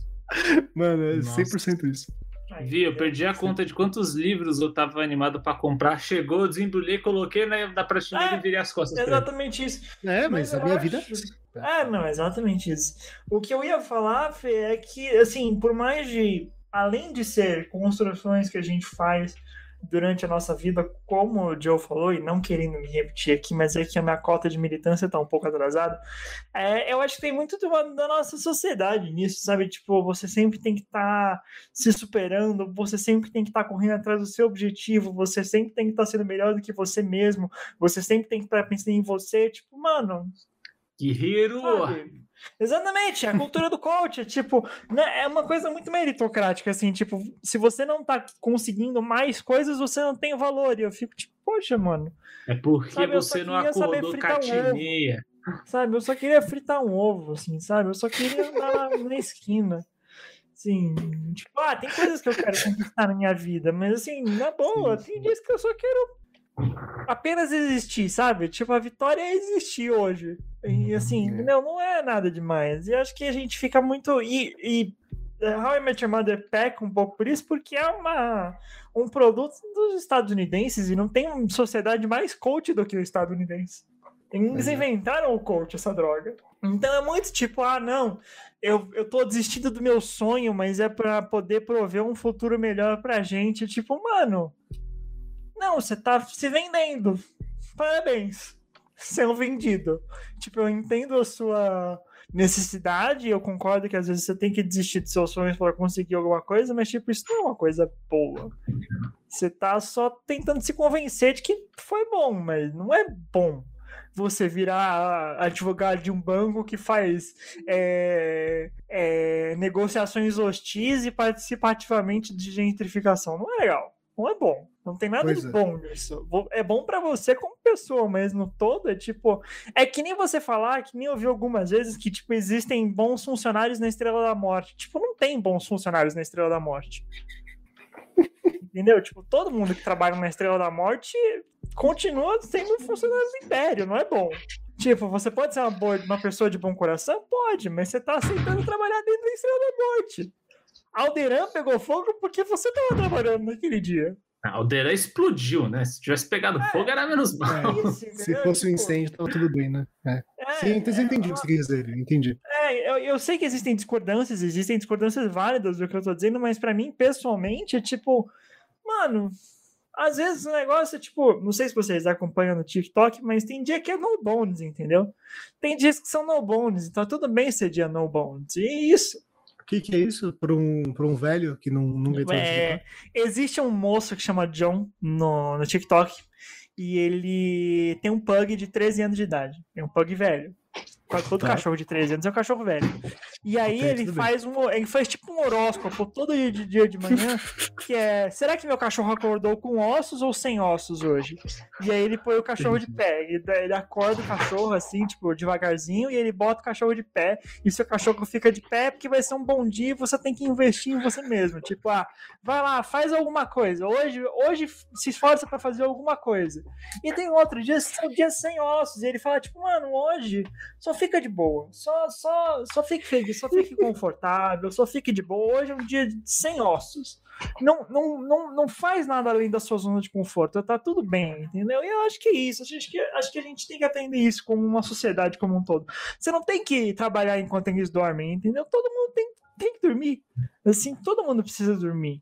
A: Mano, é
D: Nossa.
A: 100% isso.
D: Eu perdi a conta de quantos livros eu tava animado pra comprar. Chegou, desembrulhei, coloquei na prateleira e virei as costas.
B: Exatamente isso.
A: Mas a minha vida é assim.
B: Não, exatamente isso. O que eu ia falar, Fê, é que, assim, por mais de... Além de ser construções que a gente faz durante a nossa vida, como o Joe falou, e não querendo me repetir aqui, mas é que a minha cota de militância tá um pouco atrasada, eu acho que tem muito da nossa sociedade nisso, sabe? Tipo, você sempre tem que estar se superando, você sempre tem que estar correndo atrás do seu objetivo, você sempre tem que estar sendo melhor do que você mesmo, você sempre tem que estar pensando em você, tipo, mano...
D: Guerreiro!
B: Sabe? Exatamente, a cultura do coach é tipo, né, é uma coisa muito meritocrática, assim, tipo, se você não tá conseguindo mais coisas, você não tem valor. E eu fico tipo, poxa, mano.
D: É porque você não acordou catinha.
B: Sabe, eu só queria fritar um ovo, assim, sabe? Eu só queria andar na esquina. Assim, tipo, tem coisas que eu quero conquistar na minha vida, mas assim, na boa, tem dias que eu só quero apenas existir, sabe? Tipo, a vitória é existir hoje. E assim, não é nada demais. E acho que a gente fica muito... E How I Met Your Mother peca um pouco por isso, porque é um produto dos estadunidenses e não tem uma sociedade mais coach do que o estadunidense. Eles inventaram o coach, essa droga. Então é muito tipo, não, eu tô desistindo do meu sonho, mas é pra poder prover um futuro melhor pra gente. Tipo, mano... Não, você tá se vendendo. Parabéns. Sendo vendido. Tipo, eu entendo a sua necessidade, eu concordo que às vezes você tem que desistir de seus sonhos para conseguir alguma coisa, mas tipo, isso não é uma coisa boa. Você tá só tentando se convencer de que foi bom, mas não é bom você virar advogado de um banco que faz negociações hostis e participativamente de gentrificação. Não é legal. Não é bom. Não tem nada de bom nisso. É bom pra você como pessoa, mas no todo é tipo... É que nem você falar, que nem eu vi algumas vezes que, tipo, existem bons funcionários na Estrela da Morte. Tipo, não tem bons funcionários na Estrela da Morte. Entendeu? Tipo, todo mundo que trabalha na Estrela da Morte continua sendo funcionário do Império, não é bom. Tipo, você pode ser uma pessoa de bom coração? Pode, mas você tá aceitando trabalhar dentro da Estrela da Morte. Alderan pegou fogo porque você tava trabalhando naquele dia.
D: A Alderan explodiu, né? Se tivesse pegado fogo, era menos mal.
A: Se fosse um incêndio, tava tudo bem, né? Sim, entendi o que você quer dizer, entendi.
B: Eu sei que existem discordâncias válidas do que eu tô dizendo, mas pra mim, pessoalmente, é tipo, mano, às vezes o negócio é tipo, não sei se vocês acompanham no TikTok, mas tem dia que é no bones, entendeu? Tem dias que são no bones, então tudo bem ser dia no bones, e isso.
A: O que é isso para um velho que nunca entrou no TikTok?
B: Existe um moço que chama John no TikTok e ele tem um pug de 13 anos de idade. É um pug velho. Todo cachorro de 13 anos é um cachorro velho. E aí ele faz tipo um horóscopo todo dia de manhã, que é, será que meu cachorro acordou com ossos ou sem ossos hoje? E aí ele põe o cachorro de pé, ele acorda o cachorro assim, tipo, devagarzinho, e ele bota o cachorro de pé, e seu cachorro fica de pé porque vai ser um bom dia e você tem que investir em você mesmo. Tipo, vai lá, faz alguma coisa. Hoje se esforça pra fazer alguma coisa. E tem outro dia, são dias sem ossos, e ele fala, tipo, mano, hoje só fica de boa, só fique feliz, só fique confortável, só fique de boa. Hoje é um dia sem ossos. Não faz nada além da sua zona de conforto, tá tudo bem, entendeu? E eu acho que é isso, acho que a gente tem que aprender isso como uma sociedade como um todo. Você não tem que trabalhar enquanto eles dormem, entendeu? Todo mundo tem que dormir. Assim, todo mundo precisa dormir.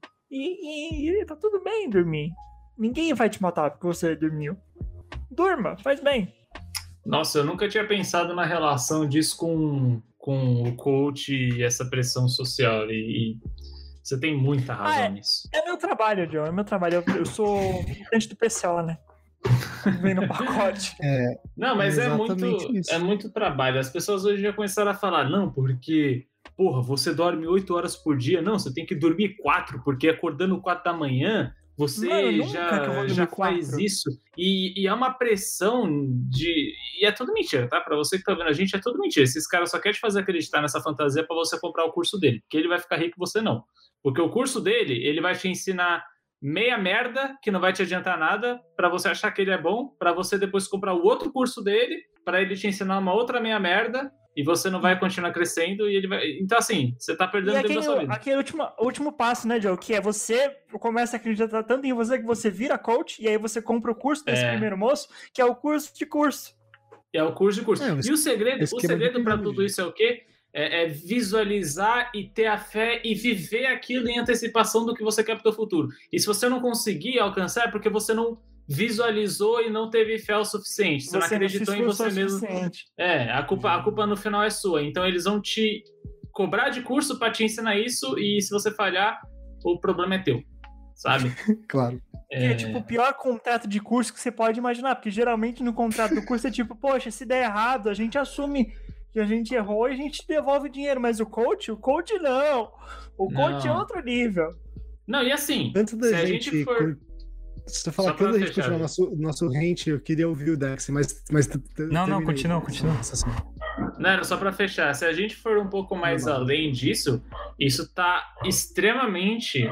B: E tá tudo bem dormir. Ninguém vai te matar porque você dormiu. Durma, faz bem.
D: Nossa, eu nunca tinha pensado na relação disso com o coach e essa pressão social. E você tem muita razão nisso.
B: É meu trabalho, John. É meu trabalho. Eu sou militante do PCO, né? Vem no pacote.
D: Não, mas é muito trabalho. As pessoas hoje já começaram a falar, não, porque, porra, você dorme 8 horas por dia. Não, você tem que dormir 4, porque acordando 4 da manhã, Você
B: Mano, nunca que eu vou
D: já
B: dormir 4.
D: faz isso e é uma pressão de... E é tudo mentira, tá? Pra você que tá vendo a gente, é tudo mentira. Esses caras só querem te fazer acreditar nessa fantasia pra você comprar o curso dele. Porque ele vai ficar rico e você não. Porque o curso dele, ele vai te ensinar meia merda, que não vai te adiantar nada, pra você achar que ele é bom, pra você depois comprar o outro curso dele, pra ele te ensinar uma outra meia merda, e você não vai continuar crescendo, e ele vai... Então, assim, você tá perdendo tempo da sua vida.
B: Aquele último passo, né, Joe? Que é você começa a acreditar tanto em você que você vira coach, e aí você compra o curso desse primeiro moço, que é o curso de curso.
D: É o curso de curso. E o segredo para tudo isso é o quê? É visualizar e ter a fé e viver aquilo em antecipação do que você quer para o seu futuro. E se você não conseguir alcançar, é porque você não visualizou e não teve fé o suficiente. Você não acreditou em você mesmo. A culpa no final é sua. Então eles vão te cobrar de curso para te ensinar isso, e se você falhar, o problema é teu. Sabe?
A: Claro.
B: É tipo o pior contrato de curso que você pode imaginar, porque geralmente no contrato do curso é tipo, poxa, se der errado, a gente assume que a gente errou e a gente devolve o dinheiro, mas o coach não. O coach é outro nível.
D: Não, e assim,
A: antes da
D: se a gente for...
A: Você fala que antes da gente continuar nosso rant, eu queria ouvir o Dex, mas
C: não, continua.
D: Não, era só para fechar. Se a gente for um pouco mais além disso, isso tá extremamente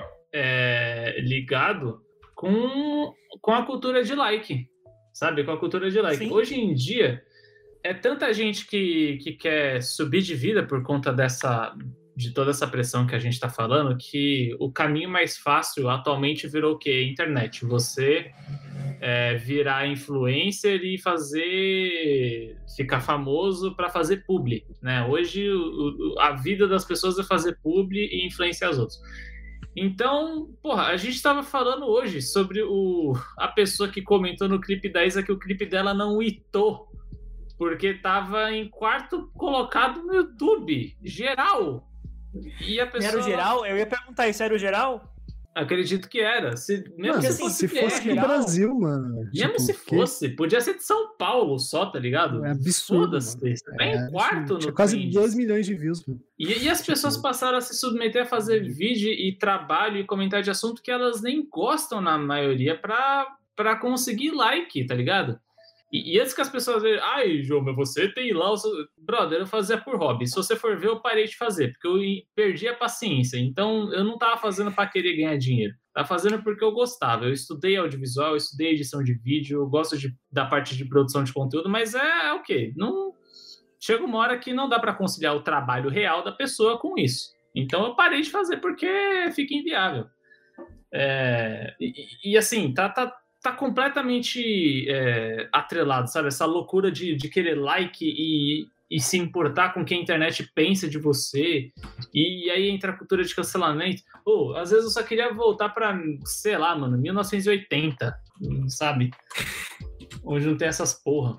D: ligado com a cultura de like, sabe? Com a cultura de like. Sim. Hoje em dia, é tanta gente que quer subir de vida por conta de toda essa pressão que a gente está falando, que o caminho mais fácil atualmente virou o quê? Internet. Você virar influencer e ficar famoso para fazer publi, né? Hoje a vida das pessoas é fazer publi e influenciar os outros. Então, porra, a gente estava falando hoje sobre a pessoa que comentou no clipe da Isa que o clipe dela não hitou, porque tava em quarto colocado no YouTube, geral. E a pessoa...
B: Era o geral? Eu ia perguntar isso, era o geral?
D: Acredito que era. Se
A: fosse no Brasil, mano.
D: Mesmo se fosse, podia ser de São Paulo só, tá ligado?
A: É absurdo.
D: Tá em quarto no
A: quase 2 milhões de views.
D: E as pessoas passaram a se submeter a fazer vídeo e trabalho e comentário de assunto que elas nem gostam, na maioria, pra conseguir like, tá ligado? E antes que as pessoas vejam, ai, João, mas você tem lá o seu... Brother, eu fazia por hobby. Se você for ver, eu parei de fazer, porque eu perdi a paciência. Então, eu não tava fazendo para querer ganhar dinheiro. Tava fazendo porque eu gostava. Eu estudei audiovisual, eu estudei edição de vídeo, eu gosto da parte de produção de conteúdo, mas é o quê? Não... Chega uma hora que não dá para conciliar o trabalho real da pessoa com isso. Então, eu parei de fazer porque fica inviável. E assim, tá completamente atrelado, sabe? Essa loucura de querer like e se importar com o que a internet pensa de você. E aí entra a cultura de cancelamento. Às vezes eu só queria voltar pra, sei lá, mano, 1980, sabe? Onde não tem essas porra.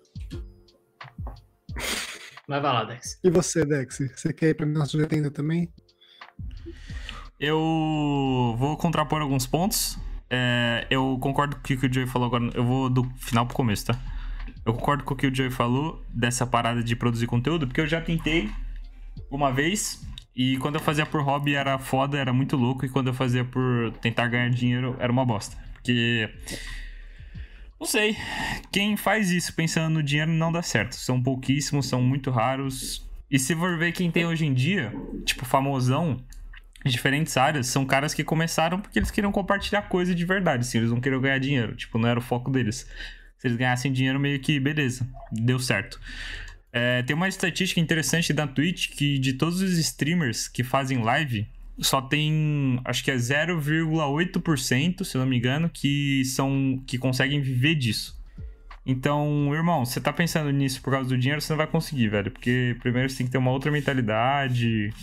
D: Mas vai lá, Dex.
A: E você, Dex? Você quer ir pra 1980 também?
C: Eu vou contrapor alguns pontos. Eu concordo com o que o Joey falou agora. Eu vou do final pro começo, tá? Eu concordo com o que o Joey falou dessa parada de produzir conteúdo, porque eu já tentei uma vez e quando eu fazia por hobby era foda, era muito louco, e quando eu fazia por tentar ganhar dinheiro era uma bosta. Porque... não sei. Quem faz isso pensando no dinheiro não dá certo. São pouquíssimos, são muito raros. E se for ver quem tem hoje em dia, tipo famosão, em diferentes áreas, são caras que começaram porque eles queriam compartilhar coisa de verdade, assim, eles não queriam ganhar dinheiro, tipo, não era o foco deles. Se eles ganhassem dinheiro, meio que, beleza, deu certo. Tem uma estatística interessante da Twitch, que de todos os streamers que fazem live, só tem, acho que é 0,8%, se eu não me engano, que conseguem viver disso. Então, irmão, você tá pensando nisso por causa do dinheiro, você não vai conseguir, velho, porque primeiro você tem que ter uma outra mentalidade...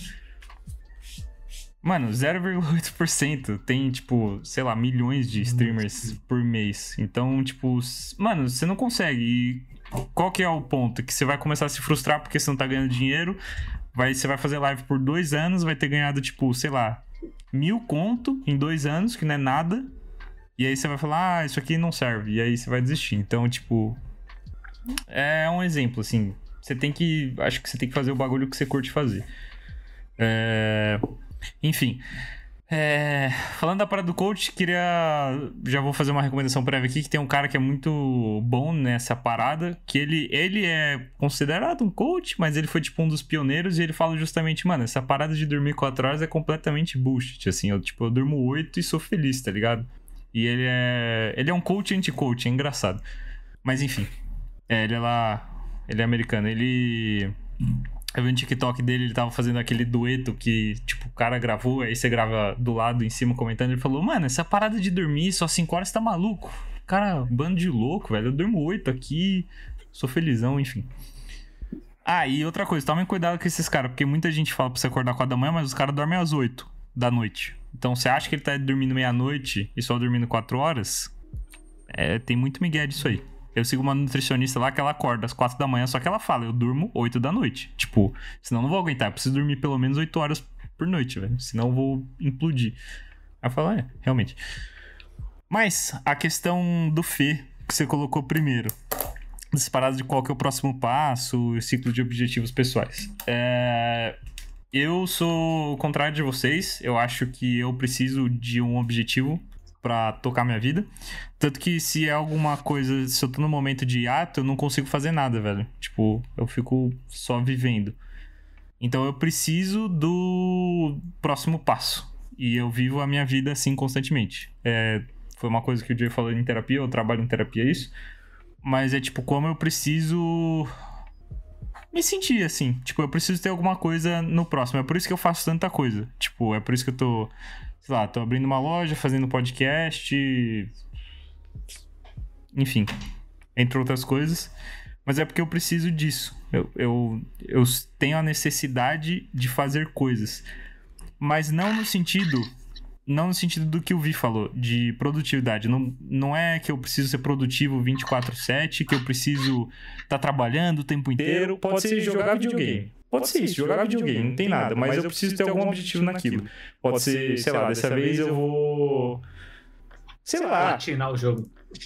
C: Mano, 0,8%. Tem, tipo, sei lá, milhões de streamers por mês. Então, tipo, mano, você não consegue. E qual que é o ponto? Que você vai começar a se frustrar porque você não tá ganhando dinheiro. Você vai fazer live por 2 anos, vai ter ganhado, tipo, sei lá, 1.000 conto em 2 anos, que não é nada. E aí você vai falar, isso aqui não serve. E aí você vai desistir. Então, tipo, é um exemplo, assim. Acho que você tem que fazer o bagulho que você curte fazer. Enfim, Falando da parada do coach, já vou fazer uma recomendação prévia aqui, que tem um cara que é muito bom nessa parada, que ele é considerado um coach, mas ele foi tipo um dos pioneiros, e ele fala justamente, mano, essa parada de dormir 4 horas é completamente bullshit, assim, eu durmo 8 e sou feliz, tá ligado? E ele é um coach anti-coach, é engraçado. Mas enfim, ele é americano, eu vi um TikTok dele, ele tava fazendo aquele dueto que, tipo, o cara gravou, aí você grava do lado, em cima, comentando. Ele falou, mano, essa parada de dormir só 5 horas tá maluco. Cara, bando de louco, velho. Eu durmo 8 aqui, sou felizão, enfim. E outra coisa, tomem cuidado com esses caras, porque muita gente fala pra você acordar 4 da manhã, mas os caras dormem às 8 da noite. Então, você acha que ele tá dormindo meia-noite e só dormindo 4 horas? Tem muito migué disso aí. Eu sigo uma nutricionista lá que ela acorda às 4 da manhã, só que ela fala, eu durmo 8 da noite. Tipo, senão eu não vou aguentar, eu preciso dormir pelo menos 8 horas por noite, velho. Senão eu vou implodir. Aí eu falo, realmente. Mas, a questão do Fê, que você colocou primeiro. Disparado de qual que é o próximo passo, o ciclo de objetivos pessoais. Eu sou o contrário de vocês. Eu acho que eu preciso de um objetivo pra tocar minha vida. Tanto que se é alguma coisa, se eu tô no momento de hiato, eu não consigo fazer nada, velho. Tipo, eu fico só vivendo. Então eu preciso do próximo passo. E eu vivo a minha vida assim constantemente. Foi uma coisa que o Jay falou em terapia, eu trabalho em terapia, isso. Mas é tipo, como eu preciso me sentir assim. Tipo, eu preciso ter alguma coisa no próximo. É por isso que eu faço tanta coisa. Tipo, é por isso que eu tô... sei lá, tô abrindo uma loja, fazendo podcast, enfim, entre outras coisas, mas é porque eu preciso disso. Eu tenho a necessidade de fazer coisas, mas não no sentido do que o Vi falou, de produtividade. Não é que eu preciso ser produtivo 24/7, que eu preciso estar trabalhando o tempo inteiro. Pode ser jogar videogame. Pode ser isso, jogar videogame, não tem nada, mas eu preciso ter algum objetivo naquilo. Pode ser, sei lá, dessa vez eu vou... sei lá...
D: platinar o jogo.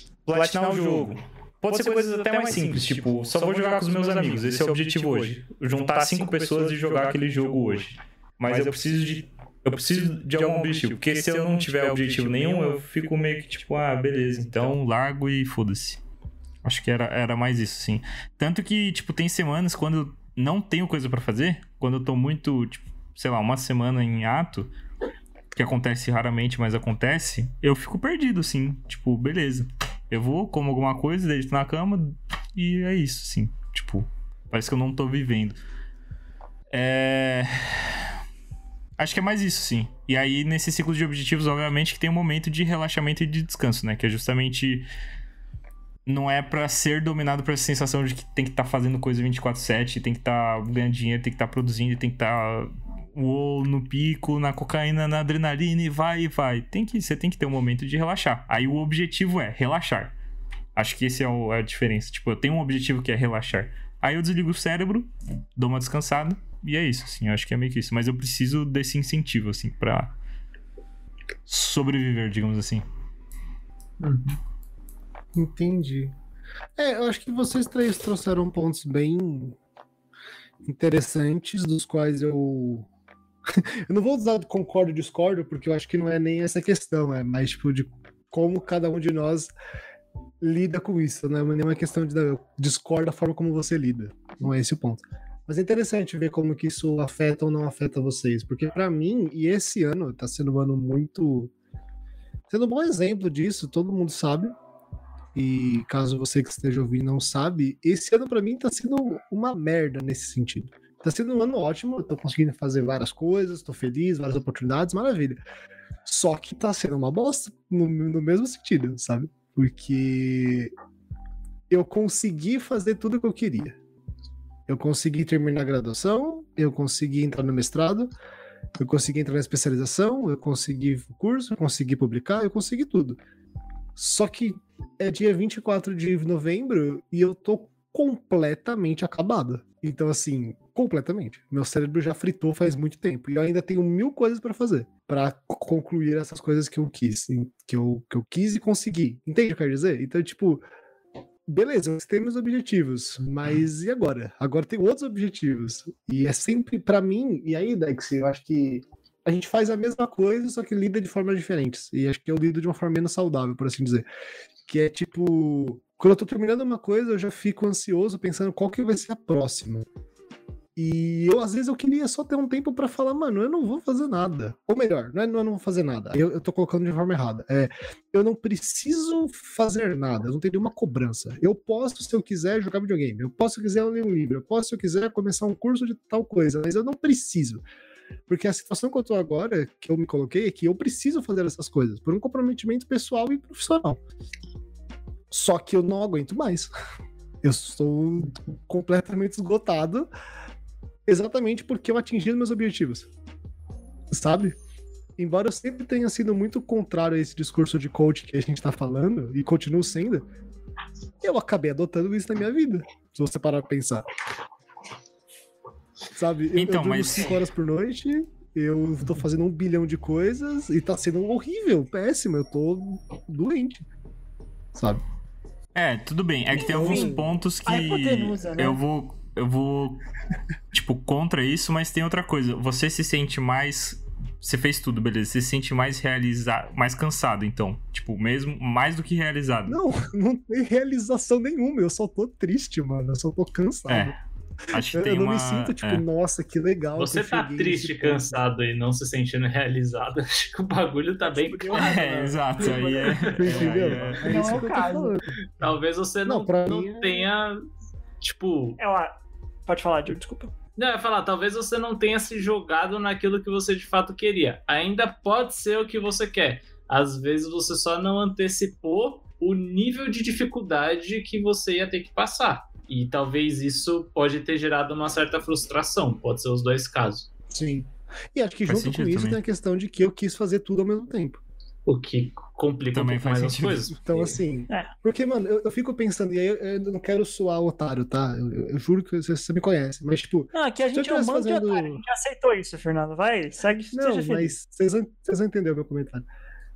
C: Pode ser coisas até mais simples, tipo, só vou jogar com os meus amigos, esse é o objetivo hoje. Juntar 5 pessoas e jogar aquele jogo hoje. Mas eu preciso de algum objetivo, porque se eu não tiver objetivo nenhum, eu fico meio que tipo, beleza, então largo e foda-se. Acho que era mais isso, sim. Tanto que, tipo, tem semanas quando eu não tenho coisa pra fazer, quando eu tô muito, tipo, sei lá, uma semana em ato, que acontece raramente, mas acontece, eu fico perdido, assim. Tipo, beleza. Eu vou, como alguma coisa, deito na cama e é isso, assim. Tipo, parece que eu não tô vivendo. Acho que é mais isso, sim. E aí, nesse ciclo de objetivos, obviamente, que tem um momento de relaxamento e de descanso, né? Que é justamente... não é pra ser dominado por essa sensação de que tem que estar fazendo coisa 24/7, tem que estar ganhando dinheiro, tem que estar produzindo, tem que estar no pico, na cocaína, na adrenalina e vai. Você tem que ter um momento de relaxar. Aí o objetivo é relaxar. Acho que esse é a diferença. Tipo, eu tenho um objetivo que é relaxar. Aí eu desligo o cérebro, dou uma descansada e é isso, assim. Eu acho que é meio que isso. Mas eu preciso desse incentivo, assim, pra sobreviver, digamos assim.
A: Entendi. Eu acho que vocês três trouxeram pontos bem interessantes, dos quais eu não vou usar concordo e discordo, porque eu acho que não é nem essa questão, é mais tipo de como cada um de nós lida com isso, não é nenhuma questão de discordo da forma como você lida, não é esse o ponto. Mas é interessante ver como que isso afeta ou não afeta vocês, porque pra mim, e esse ano tá sendo um ano muito... sendo um bom exemplo disso, todo mundo sabe. E caso você que esteja ouvindo não sabe, esse ano pra mim tá sendo uma merda nesse sentido. Tá sendo um ano ótimo, eu tô conseguindo fazer várias coisas, tô feliz, várias oportunidades, maravilha. Só que tá sendo uma bosta no mesmo sentido, sabe? Porque eu consegui fazer tudo o que eu queria. Eu consegui terminar a graduação, eu consegui entrar no mestrado, eu consegui entrar na especialização, eu consegui o curso, eu consegui publicar, eu consegui tudo. Só que é dia 24 de novembro e eu tô completamente acabado. Então, assim, completamente. Meu cérebro já fritou faz muito tempo. E eu ainda tenho 1000 coisas pra fazer. Pra concluir essas coisas que eu quis. Que eu quis e consegui. Entende o que eu quero dizer? Então, tipo, beleza, nós temos objetivos. Mas e agora? Agora tem outros objetivos. E é sempre pra mim... E aí, Dex, eu acho que a gente faz a mesma coisa, só que lida de formas diferentes. E acho que eu lido de uma forma menos saudável, por assim dizer. Que é tipo, quando eu tô terminando uma coisa, eu já fico ansioso pensando qual que vai ser a próxima. E às vezes eu queria só ter um tempo pra falar, mano, eu não vou fazer nada. Ou melhor, não eu não vou fazer nada. Eu tô colocando de forma errada. Eu não preciso fazer nada, eu não tenho nenhuma cobrança. Eu posso, se eu quiser, jogar videogame. Eu posso, se eu quiser, ler um livro. Eu posso, se eu quiser, começar um curso de tal coisa. Mas eu não preciso. Porque a situação que eu tô agora, que eu me coloquei, é que eu preciso fazer essas coisas. Por um comprometimento pessoal e profissional. Só que eu não aguento mais. Eu estou completamente esgotado. Exatamente porque eu atingi meus objetivos, sabe? Embora eu sempre tenha sido muito contrário a esse discurso de coach que a gente tá falando, e continuo sendo, eu acabei adotando isso na minha vida, se você parar pra pensar. Sabe?
C: Então,
A: eu durmo 5 horas por noite, eu tô fazendo 1 bilhão de coisas, e tá sendo horrível, péssimo, eu tô doente, sabe?
C: Tudo bem, é que tem alguns pontos que
B: hipotenusa, né?
C: eu vou, tipo, contra isso, mas tem outra coisa. Você se sente mais... Você fez tudo, beleza. Você se sente mais realizado, mais cansado, então. Tipo, mesmo mais do que realizado.
A: Não tem realização nenhuma. Eu só tô triste, mano. Eu só tô cansado.
C: Acho que
A: eu não me sinto, tipo, nossa, que legal.
D: Você tá triste, cansado e não se sentindo realizado. Acho que o bagulho tá bem claro.
C: Exato. Aí
A: entendeu?
B: Não é o caso.
D: Talvez você não tenha, tipo...
B: Pode falar, Diogo, desculpa.
D: Não, eu ia falar, talvez você não tenha se jogado naquilo que você de fato queria. Ainda pode ser o que você quer. Às vezes você só não antecipou o nível de dificuldade que você ia ter que passar. E talvez isso pode ter gerado uma certa frustração. Pode ser os dois casos.
A: Sim. E acho que junto com isso
C: também.
A: tem a questão de que eu quis fazer tudo ao mesmo tempo.
D: O que complica
C: também
D: um pouco mais as
C: sentido.
D: coisas.
A: Então, assim... Porque, mano, eu fico pensando... E aí eu não quero soar otário, tá? Eu juro que você me conhece. Mas, tipo...
B: Não, aqui a gente é um bando de otário. A gente aceitou isso, Fernando. Vai, segue.
A: Não, mas vocês vão entender o meu comentário.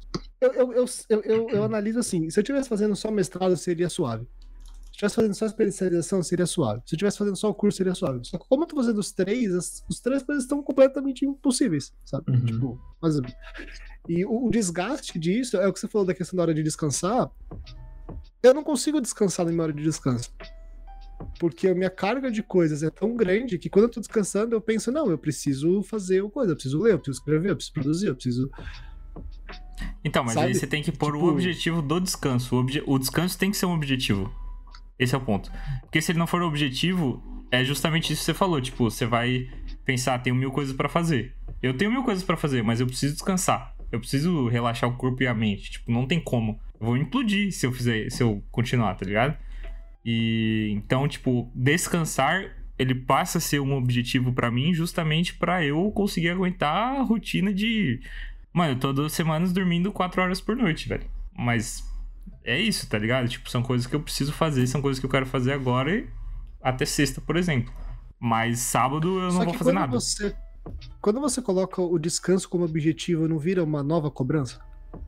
A: Eu analiso assim... Se eu estivesse fazendo só mestrado, seria suave. Se eu estivesse fazendo só especialização, seria suave. Se eu estivesse fazendo só o curso, seria suave. Só que como eu tô fazendo os três coisas estão completamente impossíveis, sabe?
D: Uhum.
A: Tipo, mais ou menos. E o desgaste disso é o que você falou da questão da hora de descansar. Eu não consigo descansar na minha hora de descanso. Porque a minha carga de coisas é tão grande que quando eu tô descansando, eu penso, não, eu preciso fazer uma coisa, eu preciso ler, eu preciso escrever, eu preciso produzir, eu preciso...
C: Então, mas
A: sabe?
C: aí você tem que pôr
A: tipo...
C: o objetivo do descanso. O descanso tem que ser um objetivo. Esse é o ponto. Porque se ele não for o objetivo, é justamente isso que você falou. Tipo, você vai pensar, tenho 1000 coisas pra fazer. Eu tenho 1000 coisas pra fazer, mas eu preciso descansar. Eu preciso relaxar o corpo e a mente. Tipo, não tem como. Eu vou implodir se eu continuar, tá ligado? E então, tipo, descansar, ele passa a ser um objetivo pra mim justamente pra eu conseguir aguentar a rotina de... Mano, eu tô 2 semanas dormindo 4 horas por noite, velho. Mas é isso, tá ligado? Tipo, são coisas que eu preciso fazer, são coisas que eu quero fazer agora e até sexta, por exemplo. Mas sábado eu não vou fazer nada.
A: Quando você coloca o descanso como objetivo, não vira uma nova cobrança?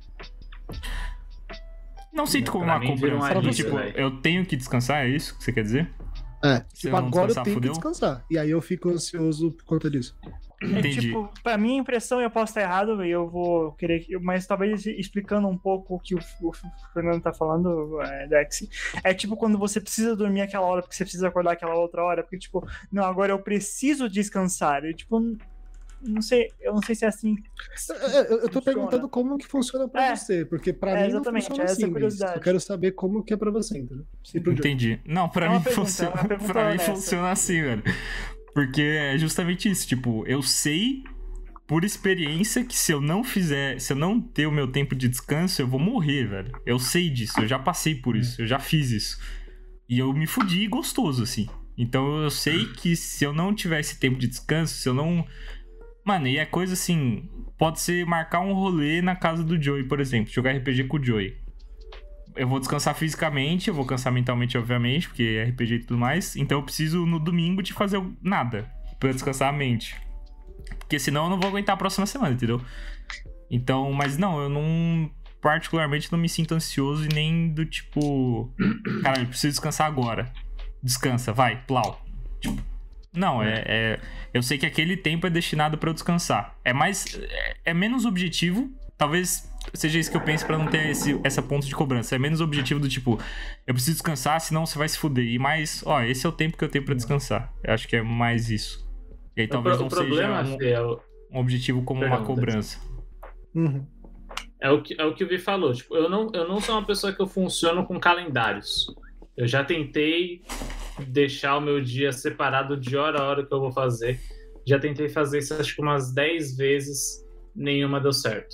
C: Não sinto como uma cobrança. Tipo, eu tenho que descansar, é isso que você quer dizer?
A: Tipo, agora eu tenho que descansar. E aí eu fico ansioso por conta disso.
C: Entendi.
B: Tipo, pra minha impressão, eu posso estar errado e eu vou querer... Mas talvez explicando um pouco o que o Fernando tá falando, Dex. É tipo quando você precisa dormir aquela hora porque você precisa acordar aquela outra hora. Porque, tipo, não, agora eu preciso descansar. E, tipo, eu não sei se é assim.
A: Eu tô perguntando como que funciona pra você. Porque pra mim não funciona assim. Eu quero saber como que é pra você, entendeu?
C: Entendi. Não, pra mim funciona assim, velho. Porque é justamente isso, tipo, eu sei por experiência que se eu não ter o meu tempo de descanso, eu vou morrer, velho. Eu sei disso, eu já passei por isso, eu já fiz isso. E eu me fudi gostoso, assim. Então eu sei que se eu não tiver esse tempo de descanso, se eu não... Mano, e é coisa assim, pode ser marcar um rolê na casa do Joey, por exemplo, jogar RPG com o Joey. Eu vou descansar fisicamente, eu vou cansar mentalmente, obviamente, porque é RPG e tudo mais. Então eu preciso, no domingo, de fazer nada pra descansar a mente. Porque senão eu não vou aguentar a próxima semana, entendeu? Então, mas não, eu não... Particularmente não me sinto ansioso e nem do tipo... Caralho, eu preciso descansar agora. Descansa, vai, plau. Tipo, Não, eu sei que aquele tempo é destinado pra eu descansar. É menos objetivo, talvez seja isso que eu penso pra não ter essa ponto de cobrança. É menos objetivo do tipo, eu preciso descansar, senão você vai se fuder. E mais, esse é o tempo que eu tenho pra descansar. Eu acho que é mais isso. E aí talvez não seja um objetivo como uma cobrança.
A: Uhum.
D: É o que o Vi falou. Tipo, eu não sou uma pessoa que eu funciono com calendários. Eu já tentei deixar o meu dia separado de hora a hora que eu vou fazer. Já tentei fazer isso acho que umas 10 vezes, nenhuma deu certo.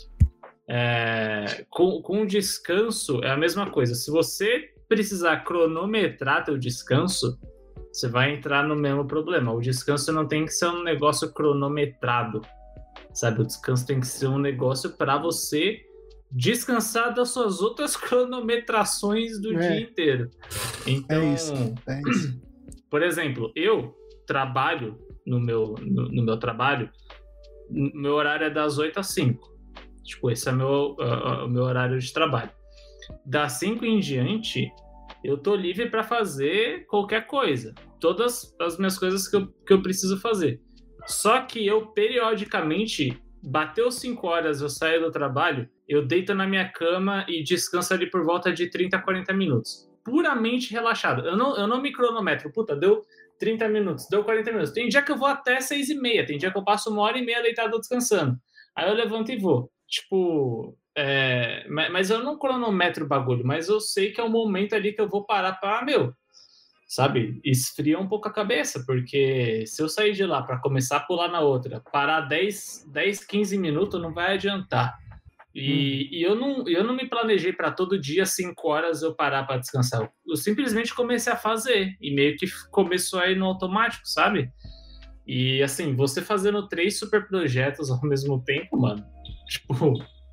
D: Com descanso é a mesma coisa. Se você precisar cronometrar teu descanso, você vai entrar no mesmo problema. O descanso não tem que ser um negócio cronometrado, sabe? O descanso tem que ser um negócio para você descansar das suas outras cronometrações do dia inteiro. Então,
A: É isso.
D: Por exemplo, eu trabalho no meu trabalho, meu horário é das 8 às 5. Tipo, esse é o meu horário de trabalho. Das 5 em diante, eu tô livre para fazer qualquer coisa. Todas as minhas coisas que eu preciso fazer. Só que eu, periodicamente, bateu 5 horas, eu saio do trabalho, eu deito na minha cama e descanso ali por volta de 30 a 40 minutos. Puramente relaxado. Eu não me cronometro. Puta, deu 30 minutos, deu 40 minutos. Tem dia que eu vou até 6h30, tem dia que eu passo 1h30 deitado descansando. Aí eu levanto e vou. Tipo, mas eu não cronometro o bagulho, mas eu sei que é um momento ali que eu vou parar pra, sabe, esfria um pouco a cabeça, porque se eu sair de lá para começar a pular na outra, parar 10, 15 minutos não vai adiantar. E eu não me planejei para todo dia 5 horas eu parar para descansar. Eu simplesmente comecei a fazer e meio que começou a ir no automático, sabe? E assim, você fazendo 3 super projetos ao mesmo tempo, mano, tipo,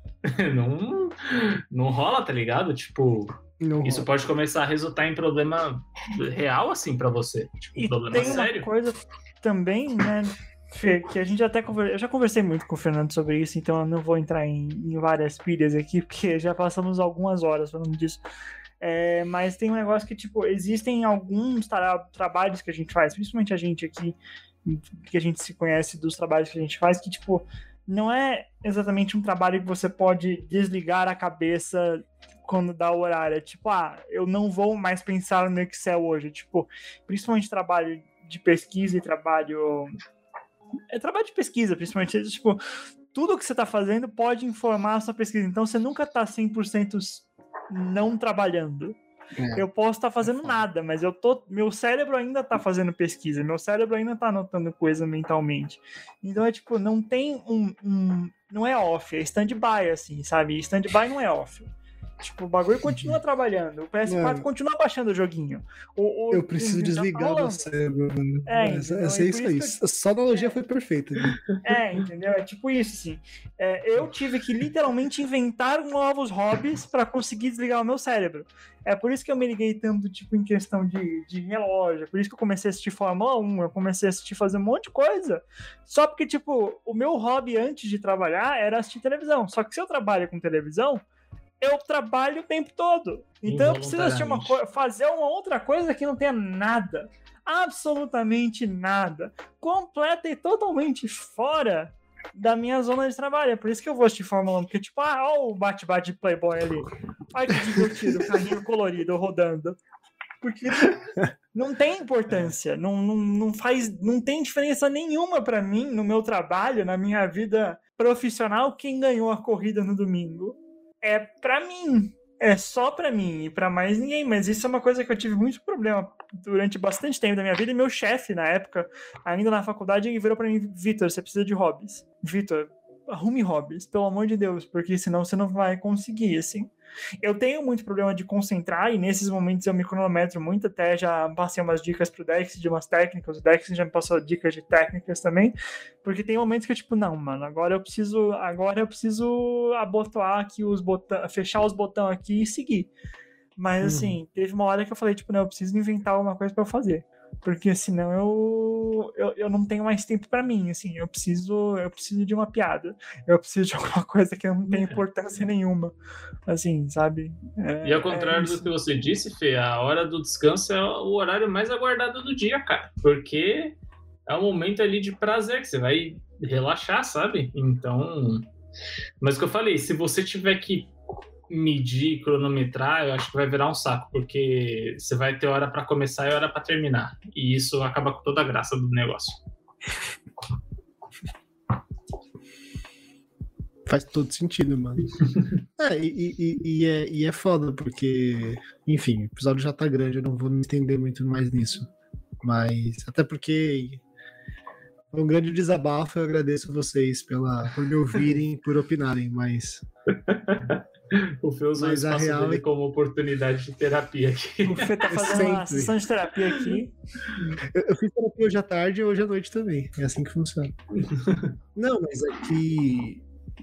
D: não rola, tá ligado? Tipo, isso pode começar a resultar em problema real, assim, pra você. Tipo, um problema
B: tem
D: sério.
B: Uma coisa também, né, Fê, que a gente eu já conversei muito com o Fernando sobre isso, então eu não vou entrar em várias pilhas aqui, porque já passamos algumas horas falando disso. Mas tem um negócio que, tipo, existem alguns trabalhos que a gente faz, principalmente a gente aqui, que a gente se conhece dos trabalhos que a gente faz, que, tipo, não é exatamente um trabalho que você pode desligar a cabeça quando dá o horário. Tipo, eu não vou mais pensar no Excel hoje. Tipo, principalmente trabalho de pesquisa e trabalho de pesquisa, principalmente. Tipo, tudo que você tá fazendo pode informar a sua pesquisa. Então, você nunca tá 100% não trabalhando. Eu posso estar fazendo nada, mas meu cérebro ainda tá fazendo pesquisa, meu cérebro ainda tá anotando coisa mentalmente. Então tipo, não tem não é off, é stand-by, assim, sabe? Stand-by não é off. Tipo, o bagulho continua trabalhando, o PS4 continua baixando o joguinho.
A: Eu preciso desligar do cérebro, mano. É isso aí. Essa analogia foi perfeita. Né?
B: Entendeu? É tipo isso, assim. Eu tive que literalmente inventar novos hobbies para conseguir desligar o meu cérebro. É por isso que eu me liguei tanto, tipo, em questão de relógio. Por isso que eu comecei a assistir Fórmula 1, eu comecei a fazer um monte de coisa. Só porque, tipo, o meu hobby antes de trabalhar era assistir televisão. Só que se eu trabalho com televisão, eu trabalho o tempo todo. Então eu preciso assistir fazer uma outra coisa que não tenha nada. Absolutamente nada. Completa e totalmente fora da minha zona de trabalho. É por isso que eu vou assistir Fórmula 1. Porque, tipo, olha o bate-bate de Playboy ali. Olha que divertido, o carrinho colorido rodando. Porque não tem importância. Não tem diferença nenhuma pra mim, no meu trabalho, na minha vida profissional, quem ganhou a corrida no domingo. É pra mim, é só pra mim e pra mais ninguém, mas isso é uma coisa que eu tive muito problema durante bastante tempo da minha vida, e meu chefe, na época, ainda na faculdade, ele virou pra mim: Vitor, você precisa de hobbies. Vitor, arrume hobbies, pelo amor de Deus, porque senão você não vai conseguir, assim. Eu tenho muito problema de concentrar, e nesses momentos eu me cronometro muito, até já passei umas dicas pro Dex de umas técnicas, o Dex já me passou dicas de técnicas também, porque tem momentos que eu, tipo, não, mano, agora eu preciso abotoar aqui os botões, fechar os botões aqui e seguir. Mas, assim, teve uma hora que eu falei, tipo, não, eu preciso inventar alguma coisa pra eu fazer. Porque senão eu não tenho mais tempo pra mim, assim, eu preciso de uma piada, eu preciso de alguma coisa que não tem importância nenhuma, assim, sabe?
D: E ao contrário do que você disse, Fê, a hora do descanso é o horário mais aguardado do dia, cara, porque é um momento ali de prazer, que você vai relaxar, sabe? Então... Mas o que eu falei, se você tiver que medir, cronometrar, eu acho que vai virar um saco, porque você vai ter hora para começar e hora para terminar. E isso acaba com toda a graça do negócio.
A: Faz todo sentido, mano. E é foda, porque, enfim, o episódio já tá grande, eu não vou me estender muito mais nisso. Mas, até porque foi um grande desabafo, eu agradeço vocês por me ouvirem, por opinarem, mas...
D: O Fê usou o espaço dele como oportunidade de terapia aqui.
B: O Fê tá fazendo uma sessão de terapia aqui.
A: Eu fiz terapia hoje à tarde e hoje à noite também. É assim que funciona. Não, mas aqui...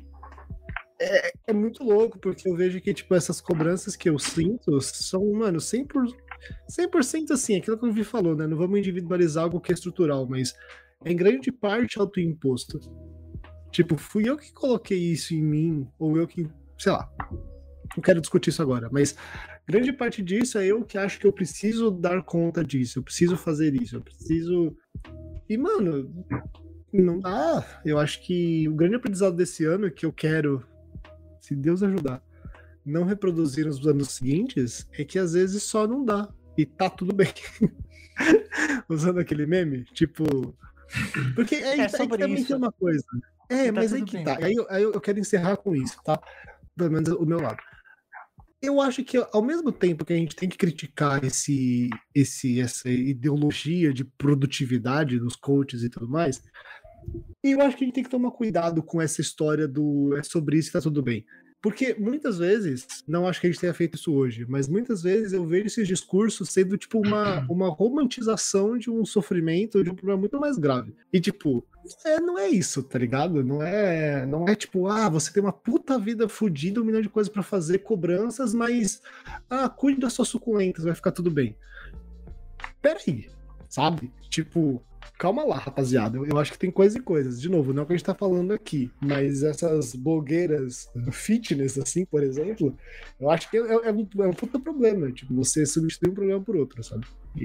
A: É muito louco, porque eu vejo que, tipo, essas cobranças que eu sinto são, mano, 100% assim, aquilo que o Vi falou, né? Não vamos individualizar algo que é estrutural, mas é em grande parte autoimposto. Tipo, fui eu que coloquei isso em mim, ou eu que, sei lá, não quero discutir isso agora, mas grande parte disso é eu que acho que eu preciso dar conta disso, eu preciso fazer isso, eu preciso... E, mano, não dá. Eu acho que o grande aprendizado desse ano que eu quero, se Deus ajudar, não reproduzir nos anos seguintes, é que às vezes só não dá. E tá tudo bem. Usando aquele meme, tipo... Porque aí que também isso. Tem uma coisa. Mas aí que bem. Tá. Aí eu quero encerrar com isso, tá? Pelo menos o meu lado. Eu acho que ao mesmo tempo que a gente tem que criticar essa ideologia de produtividade dos coaches e tudo mais, eu acho que a gente tem que tomar cuidado com essa história do é sobre isso e tá tudo bem. Porque muitas vezes, não acho que a gente tenha feito isso hoje, mas muitas vezes eu vejo esses discursos sendo tipo uma romantização de um sofrimento, de um problema muito mais grave. E tipo, não é isso, tá ligado? Não é tipo, você tem uma puta vida fodida, 1 milhão de coisas pra fazer, cobranças, mas cuide das suas suculentas, vai ficar tudo bem. Peraí, sabe? Tipo... Calma lá, rapaziada. Eu acho que tem coisas e coisas. De novo, não é o que a gente tá falando aqui, mas essas blogueiras fitness, assim, por exemplo, eu acho que é um puta problema. Tipo, você substitui um problema por outro, sabe?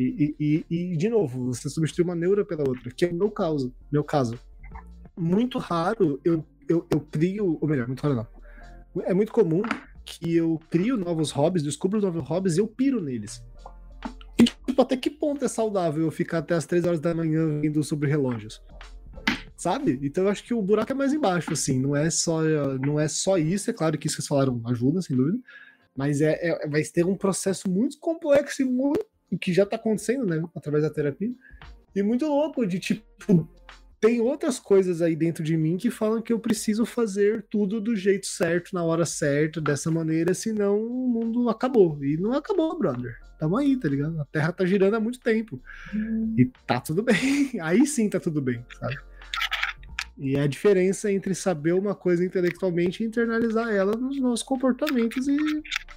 A: E de novo, você substitui uma neura pela outra, que é o meu caso. Muito raro eu crio, ou melhor, muito raro não. É muito comum que eu crio novos hobbies, descubro novos hobbies e eu piro neles. E, tipo, até que ponto é saudável eu ficar até as 3 horas da manhã vendo sobre relógios? Sabe? Então eu acho que o buraco é mais embaixo, assim. Não é só isso. É claro que isso que vocês falaram ajuda, sem dúvida. Mas vai ter um processo muito complexo e muito, que já tá acontecendo, né? Através da terapia. E muito louco de, tipo... Tem outras coisas aí dentro de mim que falam que eu preciso fazer tudo do jeito certo, na hora certa, dessa maneira, senão o mundo acabou. E não acabou, brother. Tamo aí, tá ligado? A Terra tá girando há muito tempo. E tá tudo bem. Aí sim tá tudo bem, sabe? E é a diferença entre saber uma coisa intelectualmente e internalizar ela nos nossos comportamentos e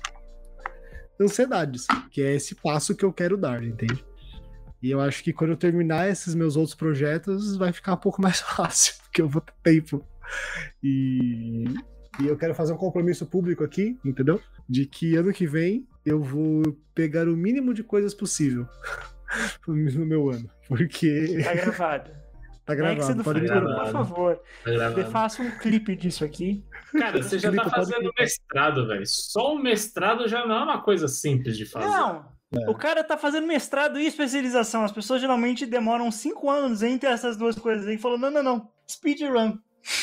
A: ansiedades, que é esse passo que eu quero dar, entende? E eu acho que quando eu terminar esses meus outros projetos, vai ficar um pouco mais fácil, porque eu vou ter tempo. E eu quero fazer um compromisso público aqui, entendeu? De que ano que vem eu vou pegar o mínimo de coisas possível no meu ano. Porque...
B: Tá gravado.
A: Tá gravado.
B: Do
A: pode
B: futuro, por favor. Faça um clipe disso aqui.
D: Cara, você já tá fazendo mestrado, velho. Só o mestrado já não é uma coisa simples de fazer.
B: Não. O cara tá fazendo mestrado e especialização. As pessoas geralmente demoram 5 anos entre essas duas coisas. Aí falou, não. Speedrun.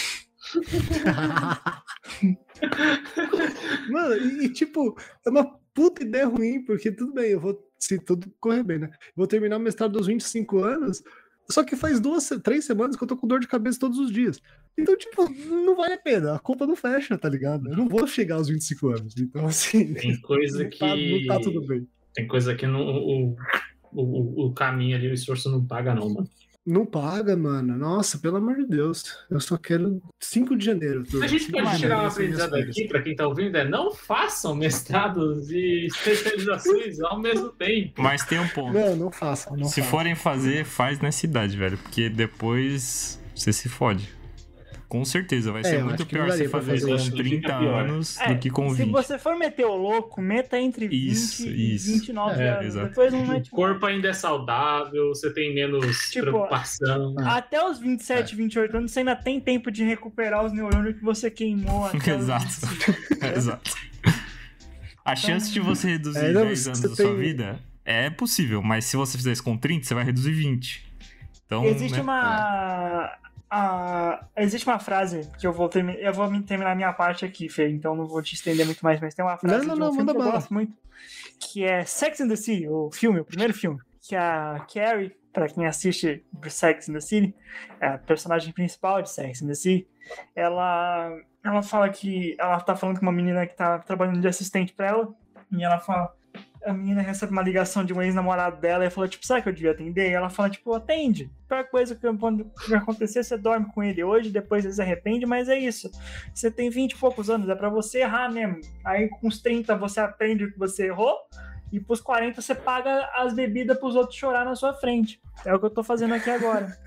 A: Mano, e tipo, é uma puta ideia ruim, porque tudo bem, se tudo correr bem, né? Vou terminar o mestrado dos 25 anos, só que faz 3 semanas que eu tô com dor de cabeça todos os dias. Então, tipo, não vale a pena, a conta não fecha, tá ligado? Eu não vou chegar aos 25 anos. Então, assim,
D: tem coisa
A: não tá tudo bem.
D: Tem coisa que o caminho ali, o esforço não paga, não, mano.
A: Não paga, mano. Nossa, pelo amor de Deus. Eu só quero 5 de janeiro.
D: A gente pode tirar uma aprendizado aqui, pra quem tá ouvindo, não façam mestrados e especializações ao mesmo tempo.
C: Mas tem um ponto.
A: Não façam.
C: Se forem fazer, faz nessa idade, velho. Porque depois você se fode. Com certeza, vai ser
A: eu
C: muito
A: acho que não
C: pior você
A: daria pra
C: fazer
A: fazer
C: com
A: isso.
C: 30
D: Fica pior.
C: anos do que com 20.
B: Se você for meter o louco, meta entre 20 e
C: Isso.
B: 29 anos.
C: exato.
B: Depois não
D: O
B: mete mais.
D: corpo ainda é saudável, você tem menos
B: Tipo,
D: preocupação.
B: Até os 27, 28 anos, você ainda tem tempo de recuperar os neurônios que você queimou até os
C: Exato.
B: 25,
C: Exato. A chance de você reduzir
A: não,
C: 10 anos
A: você
C: da sua
A: tem-
C: vida é possível, mas se você fizer isso com 30, você vai reduzir 20. Então,
B: Existe
C: né?
B: existe uma frase que eu vou terminar a minha parte aqui, Fê, então não vou te estender muito mais, mas tem uma frase
A: Não,
B: de um filme
A: manda
B: que eu
A: bala.
B: gosto muito, que é Sex and the City, o primeiro filme, que a Carrie, pra quem assiste Sex and the City, é a personagem principal de Sex and the City, ela fala que ela tá falando com uma menina que tá trabalhando de assistente pra ela, e ela fala, a menina recebe uma ligação de um ex-namorado dela e fala, tipo, será que eu devia atender? E ela fala, tipo, atende. A pior coisa que pode acontecer, você dorme com ele hoje, depois você se arrepende, mas é isso. Você tem 20 e poucos anos, é pra você errar mesmo. Aí com os 30 você aprende o que você errou, e pros 40 você paga as bebidas pros outros chorar na sua frente. É o que eu tô fazendo aqui agora.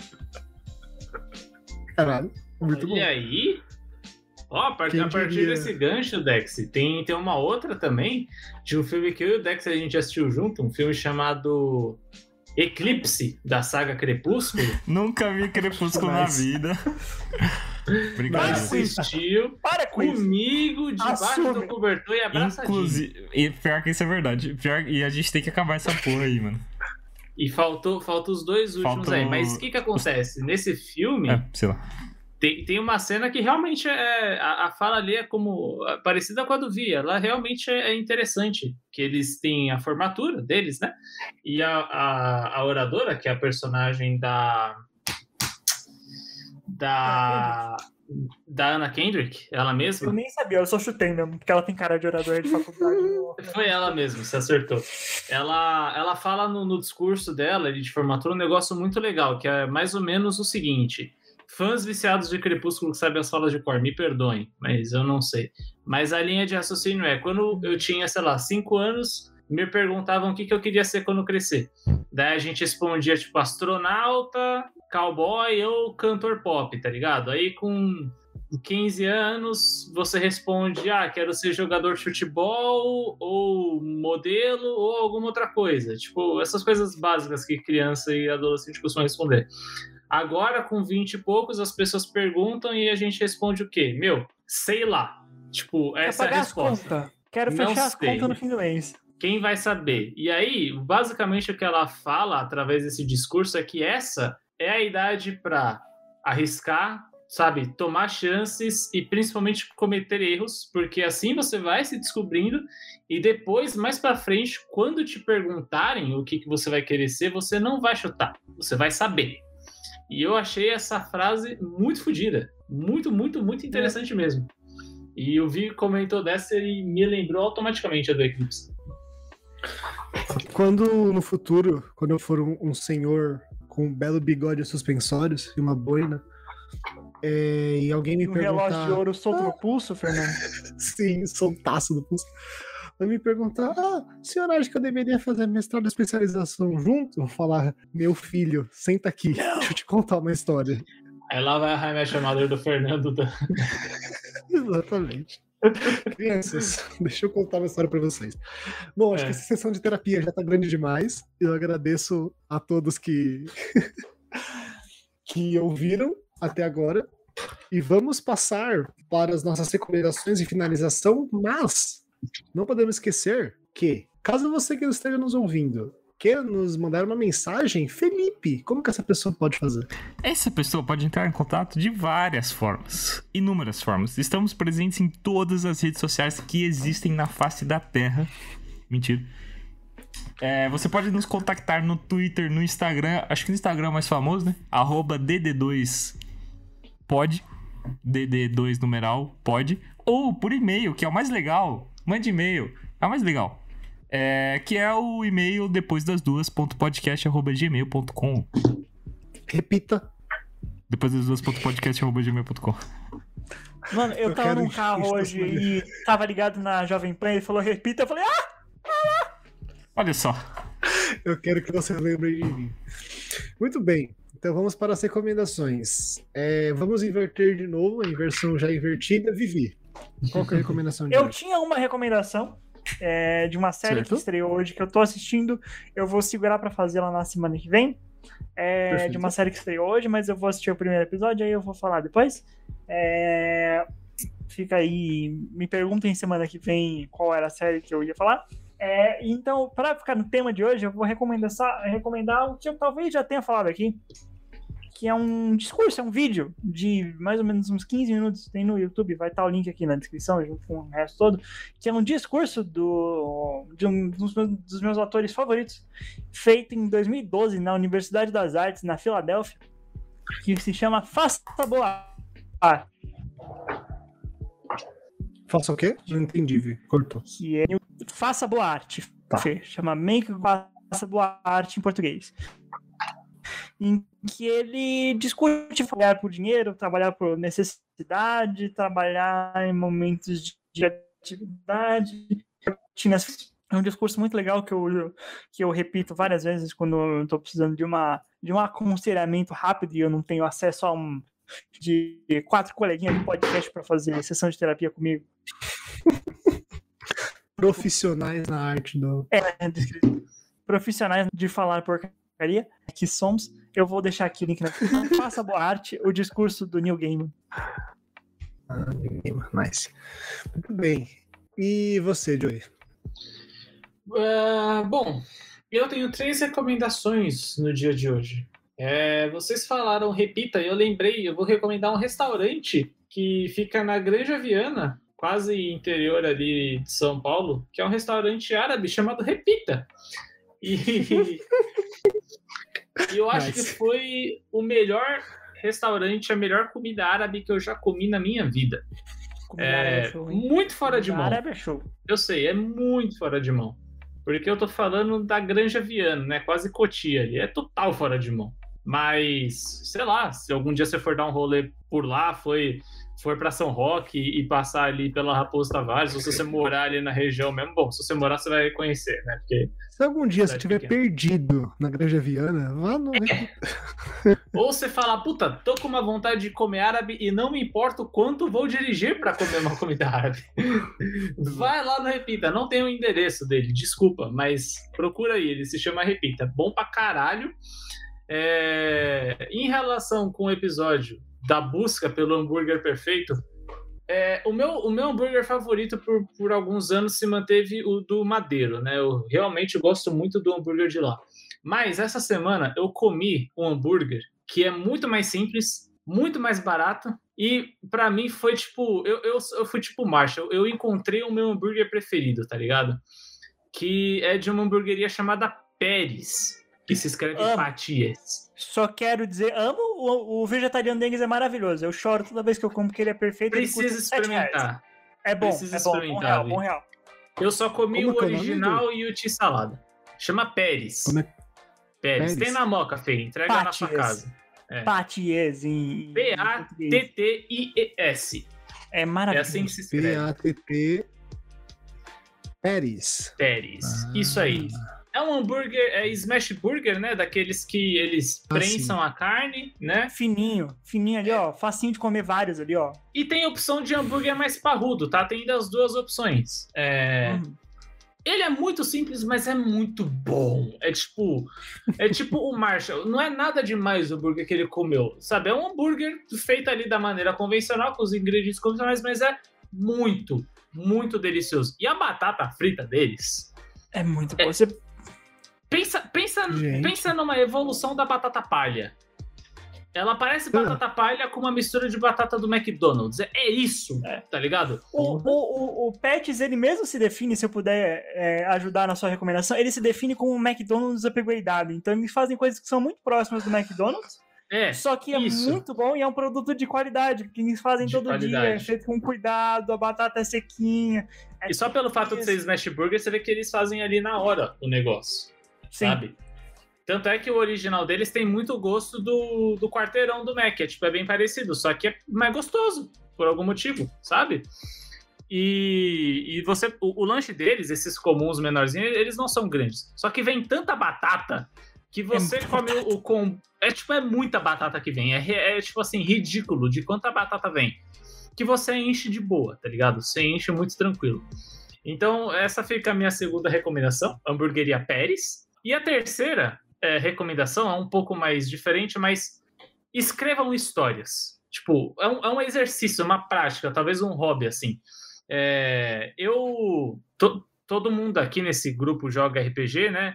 A: Caralho, muito bom.
D: E aí, ó, a partir
A: diria?
D: desse gancho, Dex, tem uma outra também, de um filme que eu e o Dex a gente assistiu junto, um filme chamado Eclipse, da saga Crepúsculo.
C: Nunca vi Crepúsculo na
A: Mas-
C: vida. Brincadeira.
D: Assistiu
B: Para com isso.
D: comigo debaixo
B: Assume.
D: do cobertor e abraçadinho.
C: Inclusive, e pior que isso é verdade. E a gente tem que acabar essa porra aí, mano.
D: E faltou os dois últimos
C: Faltou-
D: aí. Mas o que acontece? Nesse filme,
C: Sei lá.
D: tem uma cena que realmente a fala ali é como parecida com a do Vi. Ela realmente é interessante. Que eles têm a formatura deles, né? E a oradora, que é a personagem da Anna Kendrick, ela
B: Eu
D: mesma.
B: nem sabia, eu só chutei mesmo, porque ela tem cara de oradora de faculdade.
D: Foi ela mesmo, você acertou. Ela fala no discurso dela de formatura um negócio muito legal, que é mais ou menos o seguinte: fãs viciados de Crepúsculo que sabem as falas de cor, me perdoem, mas eu não sei. Mas a linha de raciocínio é, quando eu tinha, sei lá, 5 anos, me perguntavam o que eu queria ser quando crescer. Daí a gente respondia, tipo, astronauta, cowboy ou cantor pop, tá ligado? Aí com 15 anos, você responde, quero ser jogador de futebol, ou modelo, ou alguma outra coisa. Tipo, essas coisas básicas que criança e adolescente costumam responder. Agora, com 20 e poucos, as pessoas perguntam e a gente responde o quê? Sei lá. Tipo, essa é a
B: pagar as
D: resposta.
B: contas. Quero
D: Não
B: fechar as
D: sei.
B: contas no fim do mês.
D: Quem vai saber? E aí, basicamente, o que ela fala através desse discurso é que essa é a idade para arriscar, sabe, tomar chances e principalmente cometer erros, porque assim você vai se descobrindo e depois, mais para frente, quando te perguntarem o que você vai querer ser, você não vai chutar, você vai saber. E eu achei essa frase muito fodida, muito, muito, muito interessante mesmo. E o Vi comentou dessa e me lembrou automaticamente a do Eclipse.
A: Quando no futuro, quando eu for um senhor com um belo bigode e suspensórios e uma boina, e alguém me
B: Um
A: perguntar...
B: relógio de ouro solto no pulso, Fernando.
A: Sim, soltaço do pulso. Vai me perguntar, o senhor acha que eu deveria fazer mestrado e especialização junto? Vou falar, meu filho, senta aqui, deixa eu te contar uma história.
D: Aí lá vai a Jaime Chamador do Fernando.
A: Exatamente. Crianças, deixa eu contar uma história pra vocês. Bom, acho que essa sessão de terapia já tá grande demais. Eu agradeço a todos que ouviram até agora. E vamos passar para as nossas recomendações e finalização, mas não podemos esquecer que, caso você que esteja nos ouvindo queira nos mandar uma mensagem, Felipe, como que essa pessoa pode fazer?
C: Essa pessoa pode entrar em contato de várias formas, inúmeras formas. Estamos presentes em todas as redes sociais que existem na face da Terra. Mentira. Você pode nos contactar no Twitter, no Instagram, acho que no Instagram é o mais famoso, né? @dd2pod, dd2 numeral pod, ou por e-mail, que é o mais legal. Mande e-mail, é o mais legal. Que é o e-mail depois das duas.podcast@gmail.com.
A: Repita.
C: Depois das duas.podcast@gmail.com.
B: Mano, eu tava
A: quero
B: num carro
A: isso,
B: hoje
A: Maria.
B: e tava ligado na Jovem Pan e falou repita, eu falei,
C: Olha só.
A: Eu quero que você lembre de mim. Muito bem. Então vamos para as recomendações. Vamos inverter de novo, a inversão já invertida. Vivi, qual que é a recomendação de
B: Eu
A: hoje?
B: tinha uma recomendação de uma série
A: Certo.
B: que estreou hoje, que eu tô assistindo. Eu vou segurar pra fazer lá na semana que vem.
A: Perfeito.
B: De uma série que estreou hoje, mas eu vou assistir o primeiro episódio, aí eu vou falar depois. Fica aí, me perguntem semana que vem qual era a série que eu ia falar. Então, para ficar no tema de hoje, eu vou recomendar o que eu talvez já tenha falado aqui, que é um discurso, é um vídeo de mais ou menos uns 15 minutos, tem no YouTube, vai estar o link aqui na descrição, junto com o resto todo, que é um discurso de um dos meus atores favoritos, feito em 2012 na Universidade das Artes, na Filadélfia, que se chama Faça Boa Arte.
A: Faça o quê? Não entendi, Vi. Cortou.
B: Que é Faça Boa Arte.
A: Tá.
B: Chama Make Faça Boa Arte em português. Em que ele discute trabalhar por dinheiro, trabalhar por necessidade, trabalhar em momentos de atividade. É um discurso muito legal que eu repito várias vezes quando eu estou precisando de um aconselhamento rápido e eu não tenho acesso a de 4 coleguinhas de podcast para fazer sessão de terapia comigo.
A: Profissionais na arte do...
B: Profissionais de falar porcaria, que somos. Eu vou deixar aqui o link na descrição. Faça Boa Arte, o discurso do Neil Gaiman.
A: Nice. Muito bem. E você, Joey?
D: Bom, eu tenho 3 recomendações no dia de hoje. Vocês falaram, repita, eu lembrei, eu vou recomendar um restaurante que fica na Granja Viana, quase interior ali de São Paulo, que é um restaurante árabe chamado Repita. E eu acho que foi o melhor restaurante, a melhor comida árabe que eu já comi na minha vida. Muito fora de mão.
B: Árabe é show.
D: Eu sei, é muito fora de mão. Porque eu tô falando da Granja Viana, né? Quase Cotia ali. É total fora de mão. Mas, sei lá, se algum dia você for dar um rolê por lá, for para São Roque e passar ali pela Raposo Tavares, ou se você morar ali na região mesmo, bom, se você morar, você vai conhecer, né? Porque
A: se algum dia você estiver perdido na Granja Viana, vá no...
D: Ou você fala, puta, tô com uma vontade de comer árabe e não me importa o quanto vou dirigir para comer uma comida árabe. Vai lá no Repita, não tem o endereço dele, desculpa, mas procura aí, ele se chama Repita. Bom pra caralho. Em relação com o episódio da busca pelo hambúrguer perfeito, o meu hambúrguer favorito por alguns anos se manteve o do Madeiro, né? Eu realmente gosto muito do hambúrguer de lá. Mas essa semana eu comi um hambúrguer que é muito mais simples, muito mais barato e pra mim foi tipo... Eu fui tipo Marshall, eu encontrei o meu hambúrguer preferido, tá ligado? Que é de uma hamburgueria chamada Pérez, que se escreve Patias.
B: Só quero dizer, amo o vegetariano deles, é maravilhoso. Eu choro toda vez que eu como porque ele é perfeito.
D: Precisa experimentar.
B: É bom,
D: Precisa experimentar,
B: bom real.
D: Eu só comi o original e o T-salada. Chama Pérez.
A: Como é?
D: Pérez. Tem na Moca, Fê. Entrega na sua casa.
B: Patias em
D: Patties.
B: É maravilhoso.
D: É assim que se escreve.
A: P-A-T-T Pérez.
D: Pérez. Isso aí. É um hambúrguer, smash burger, né? Daqueles que eles prensam a carne, né?
B: Fininho ali, ó. Facinho de comer vários ali, ó.
D: E tem a opção de hambúrguer mais parrudo, tá? Tem das duas opções. Ele é muito simples, mas é muito bom. É tipo o Marshall. Não é nada demais o hambúrguer que ele comeu, sabe? É um hambúrguer feito ali da maneira convencional, com os ingredientes convencionais, mas é muito, muito delicioso. E a batata frita deles...
B: É muito bom. Você...
D: Pensa numa evolução da batata palha. Ela parece batata palha com uma mistura de batata do McDonald's. É isso, tá ligado?
B: O Patties, ele mesmo se define, se eu puder ajudar na sua recomendação, ele se define como um McDonald's upgradeado. Então eles fazem coisas que são muito próximas do McDonald's, só que é muito bom e é um produto de qualidade, porque eles fazem todo dia, é feito com cuidado, a batata é sequinha.
D: E só pelo fato de ser smash burger, você vê que eles fazem ali na hora o negócio.
B: Sim.
D: Sabe? Tanto é que o original deles tem muito gosto do quarteirão do Mac. É bem parecido, só que é mais gostoso, por algum motivo, sabe? E o lanche deles, esses comuns menorzinhos, eles não são grandes. Só que vem tanta batata que você come o combo. É muita batata que vem. É tipo assim, ridículo de quanta batata vem. Que você enche de boa, tá ligado? Você enche muito tranquilo. Então, essa fica a minha segunda recomendação, Hamburgueria Pérez. E a terceira recomendação é um pouco mais diferente, mas escrevam histórias. Tipo, é um exercício, uma prática, talvez um hobby, assim. Todo mundo aqui nesse grupo joga RPG, né?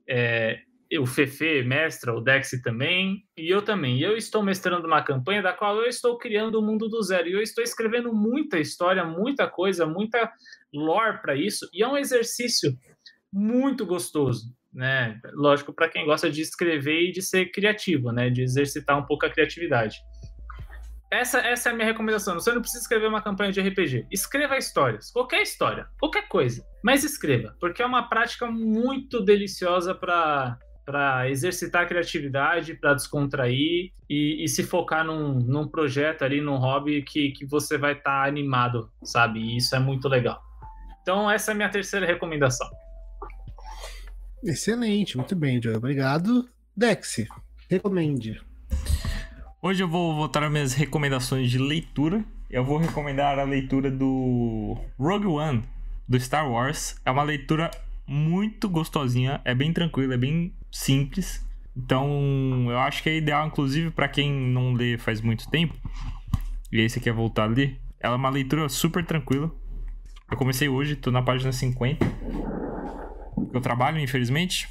D: O Fefe mestra, o Dexy também, e eu também. E eu estou mestrando uma campanha da qual eu estou criando o mundo do zero. E eu estou escrevendo muita história, muita coisa, muita lore para isso. E é um exercício muito gostoso, né? Lógico, para quem gosta de escrever e de ser criativo, né? De exercitar um pouco a criatividade. Essa é a minha recomendação. Você não precisa escrever uma campanha de RPG. Escreva histórias. Qualquer história. Qualquer coisa. Mas escreva. Porque é uma prática muito deliciosa para exercitar a criatividade, para descontrair e se focar num projeto ali, num hobby que você vai estar animado, sabe? E isso é muito legal. Então, essa é a minha terceira recomendação.
A: Excelente. Muito bem, Diogo. Obrigado. Dexy, recomende.
C: Hoje eu vou voltar às minhas recomendações de leitura. Eu vou recomendar a leitura do Rogue One, do Star Wars. É uma leitura muito gostosinha, é bem tranquila, é bem simples. Então, eu acho que é ideal, inclusive, para quem não lê faz muito tempo, e aí você quer voltar a ler. Ela é uma leitura super tranquila. Eu comecei hoje, tô na página 50. Eu trabalho, infelizmente.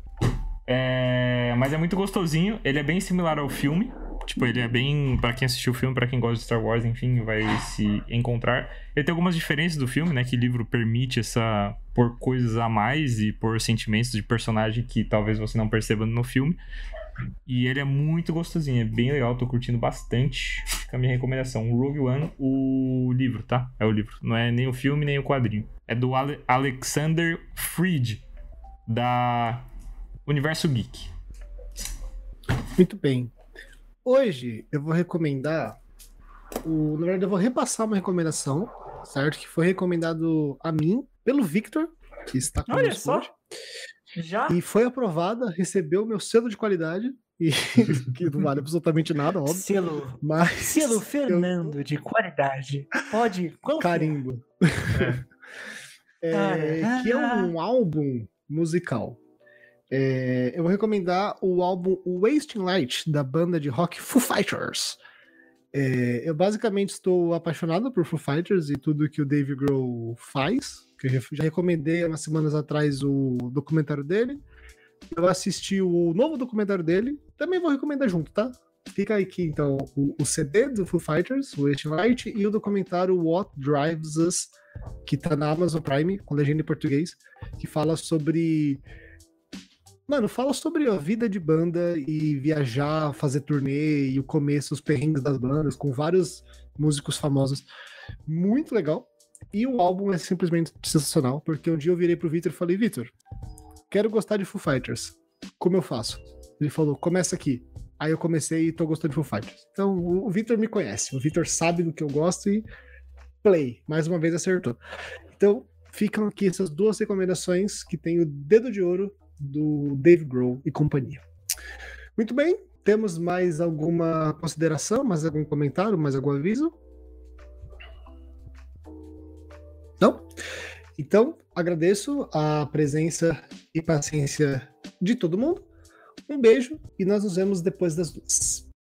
C: Mas é muito gostosinho. Ele é bem similar ao filme. Tipo, ele é bem... Pra quem assistiu o filme, pra quem gosta de Star Wars, enfim, vai se encontrar. Ele tem algumas diferenças do filme, né? Que o livro permite pôr coisas a mais e pôr sentimentos de personagem que talvez você não perceba no filme. E ele é muito gostosinho, é bem legal, tô curtindo bastante. Fica a minha recomendação. O Rogue One, o livro, tá? É o livro. Não é nem o filme, nem o quadrinho. É do Alexander Freed, da Universo Geek.
A: Muito bem. Hoje eu vou recomendar, na verdade eu vou repassar uma recomendação, certo? Que foi recomendado a mim pelo Victor, que está conosco.
B: Olha só,
A: hoje.
B: Já?
A: E foi aprovada, recebeu meu selo de qualidade, e que não vale absolutamente nada, óbvio.
B: Selo Fernando de qualidade. Pode confiar.
A: Carimbo. Que é um álbum musical. Eu vou recomendar o álbum Wasting Light, da banda de rock Foo Fighters. Eu basicamente estou apaixonado por Foo Fighters e tudo que o Dave Grohl faz. Que eu já recomendei há umas semanas atrás o documentário dele. Eu assisti o novo documentário dele. Também vou recomendar junto, tá? Fica aqui, então, o CD do Foo Fighters, o Wasting Light, e o documentário What Drives Us, que tá na Amazon Prime, com legenda em português, que fala sobre... fala sobre a vida de banda e viajar, fazer turnê e o começo, os perrengues das bandas, com vários músicos famosos. Muito legal. E o álbum é simplesmente sensacional, porque um dia eu virei pro Victor e falei, Victor, quero gostar de Foo Fighters. Como eu faço? Ele falou, começa aqui. Aí eu comecei e tô gostando de Foo Fighters. Então o Victor me conhece, o Victor sabe do que eu gosto e play. Mais uma vez acertou. Então ficam aqui essas duas recomendações que tem o dedo de ouro do Dave Grohl e companhia. Muito bem, temos mais alguma consideração, mais algum comentário, mais algum aviso? Não? Então, agradeço a presença e paciência de todo mundo. Um beijo e nós nos vemos depois das 2.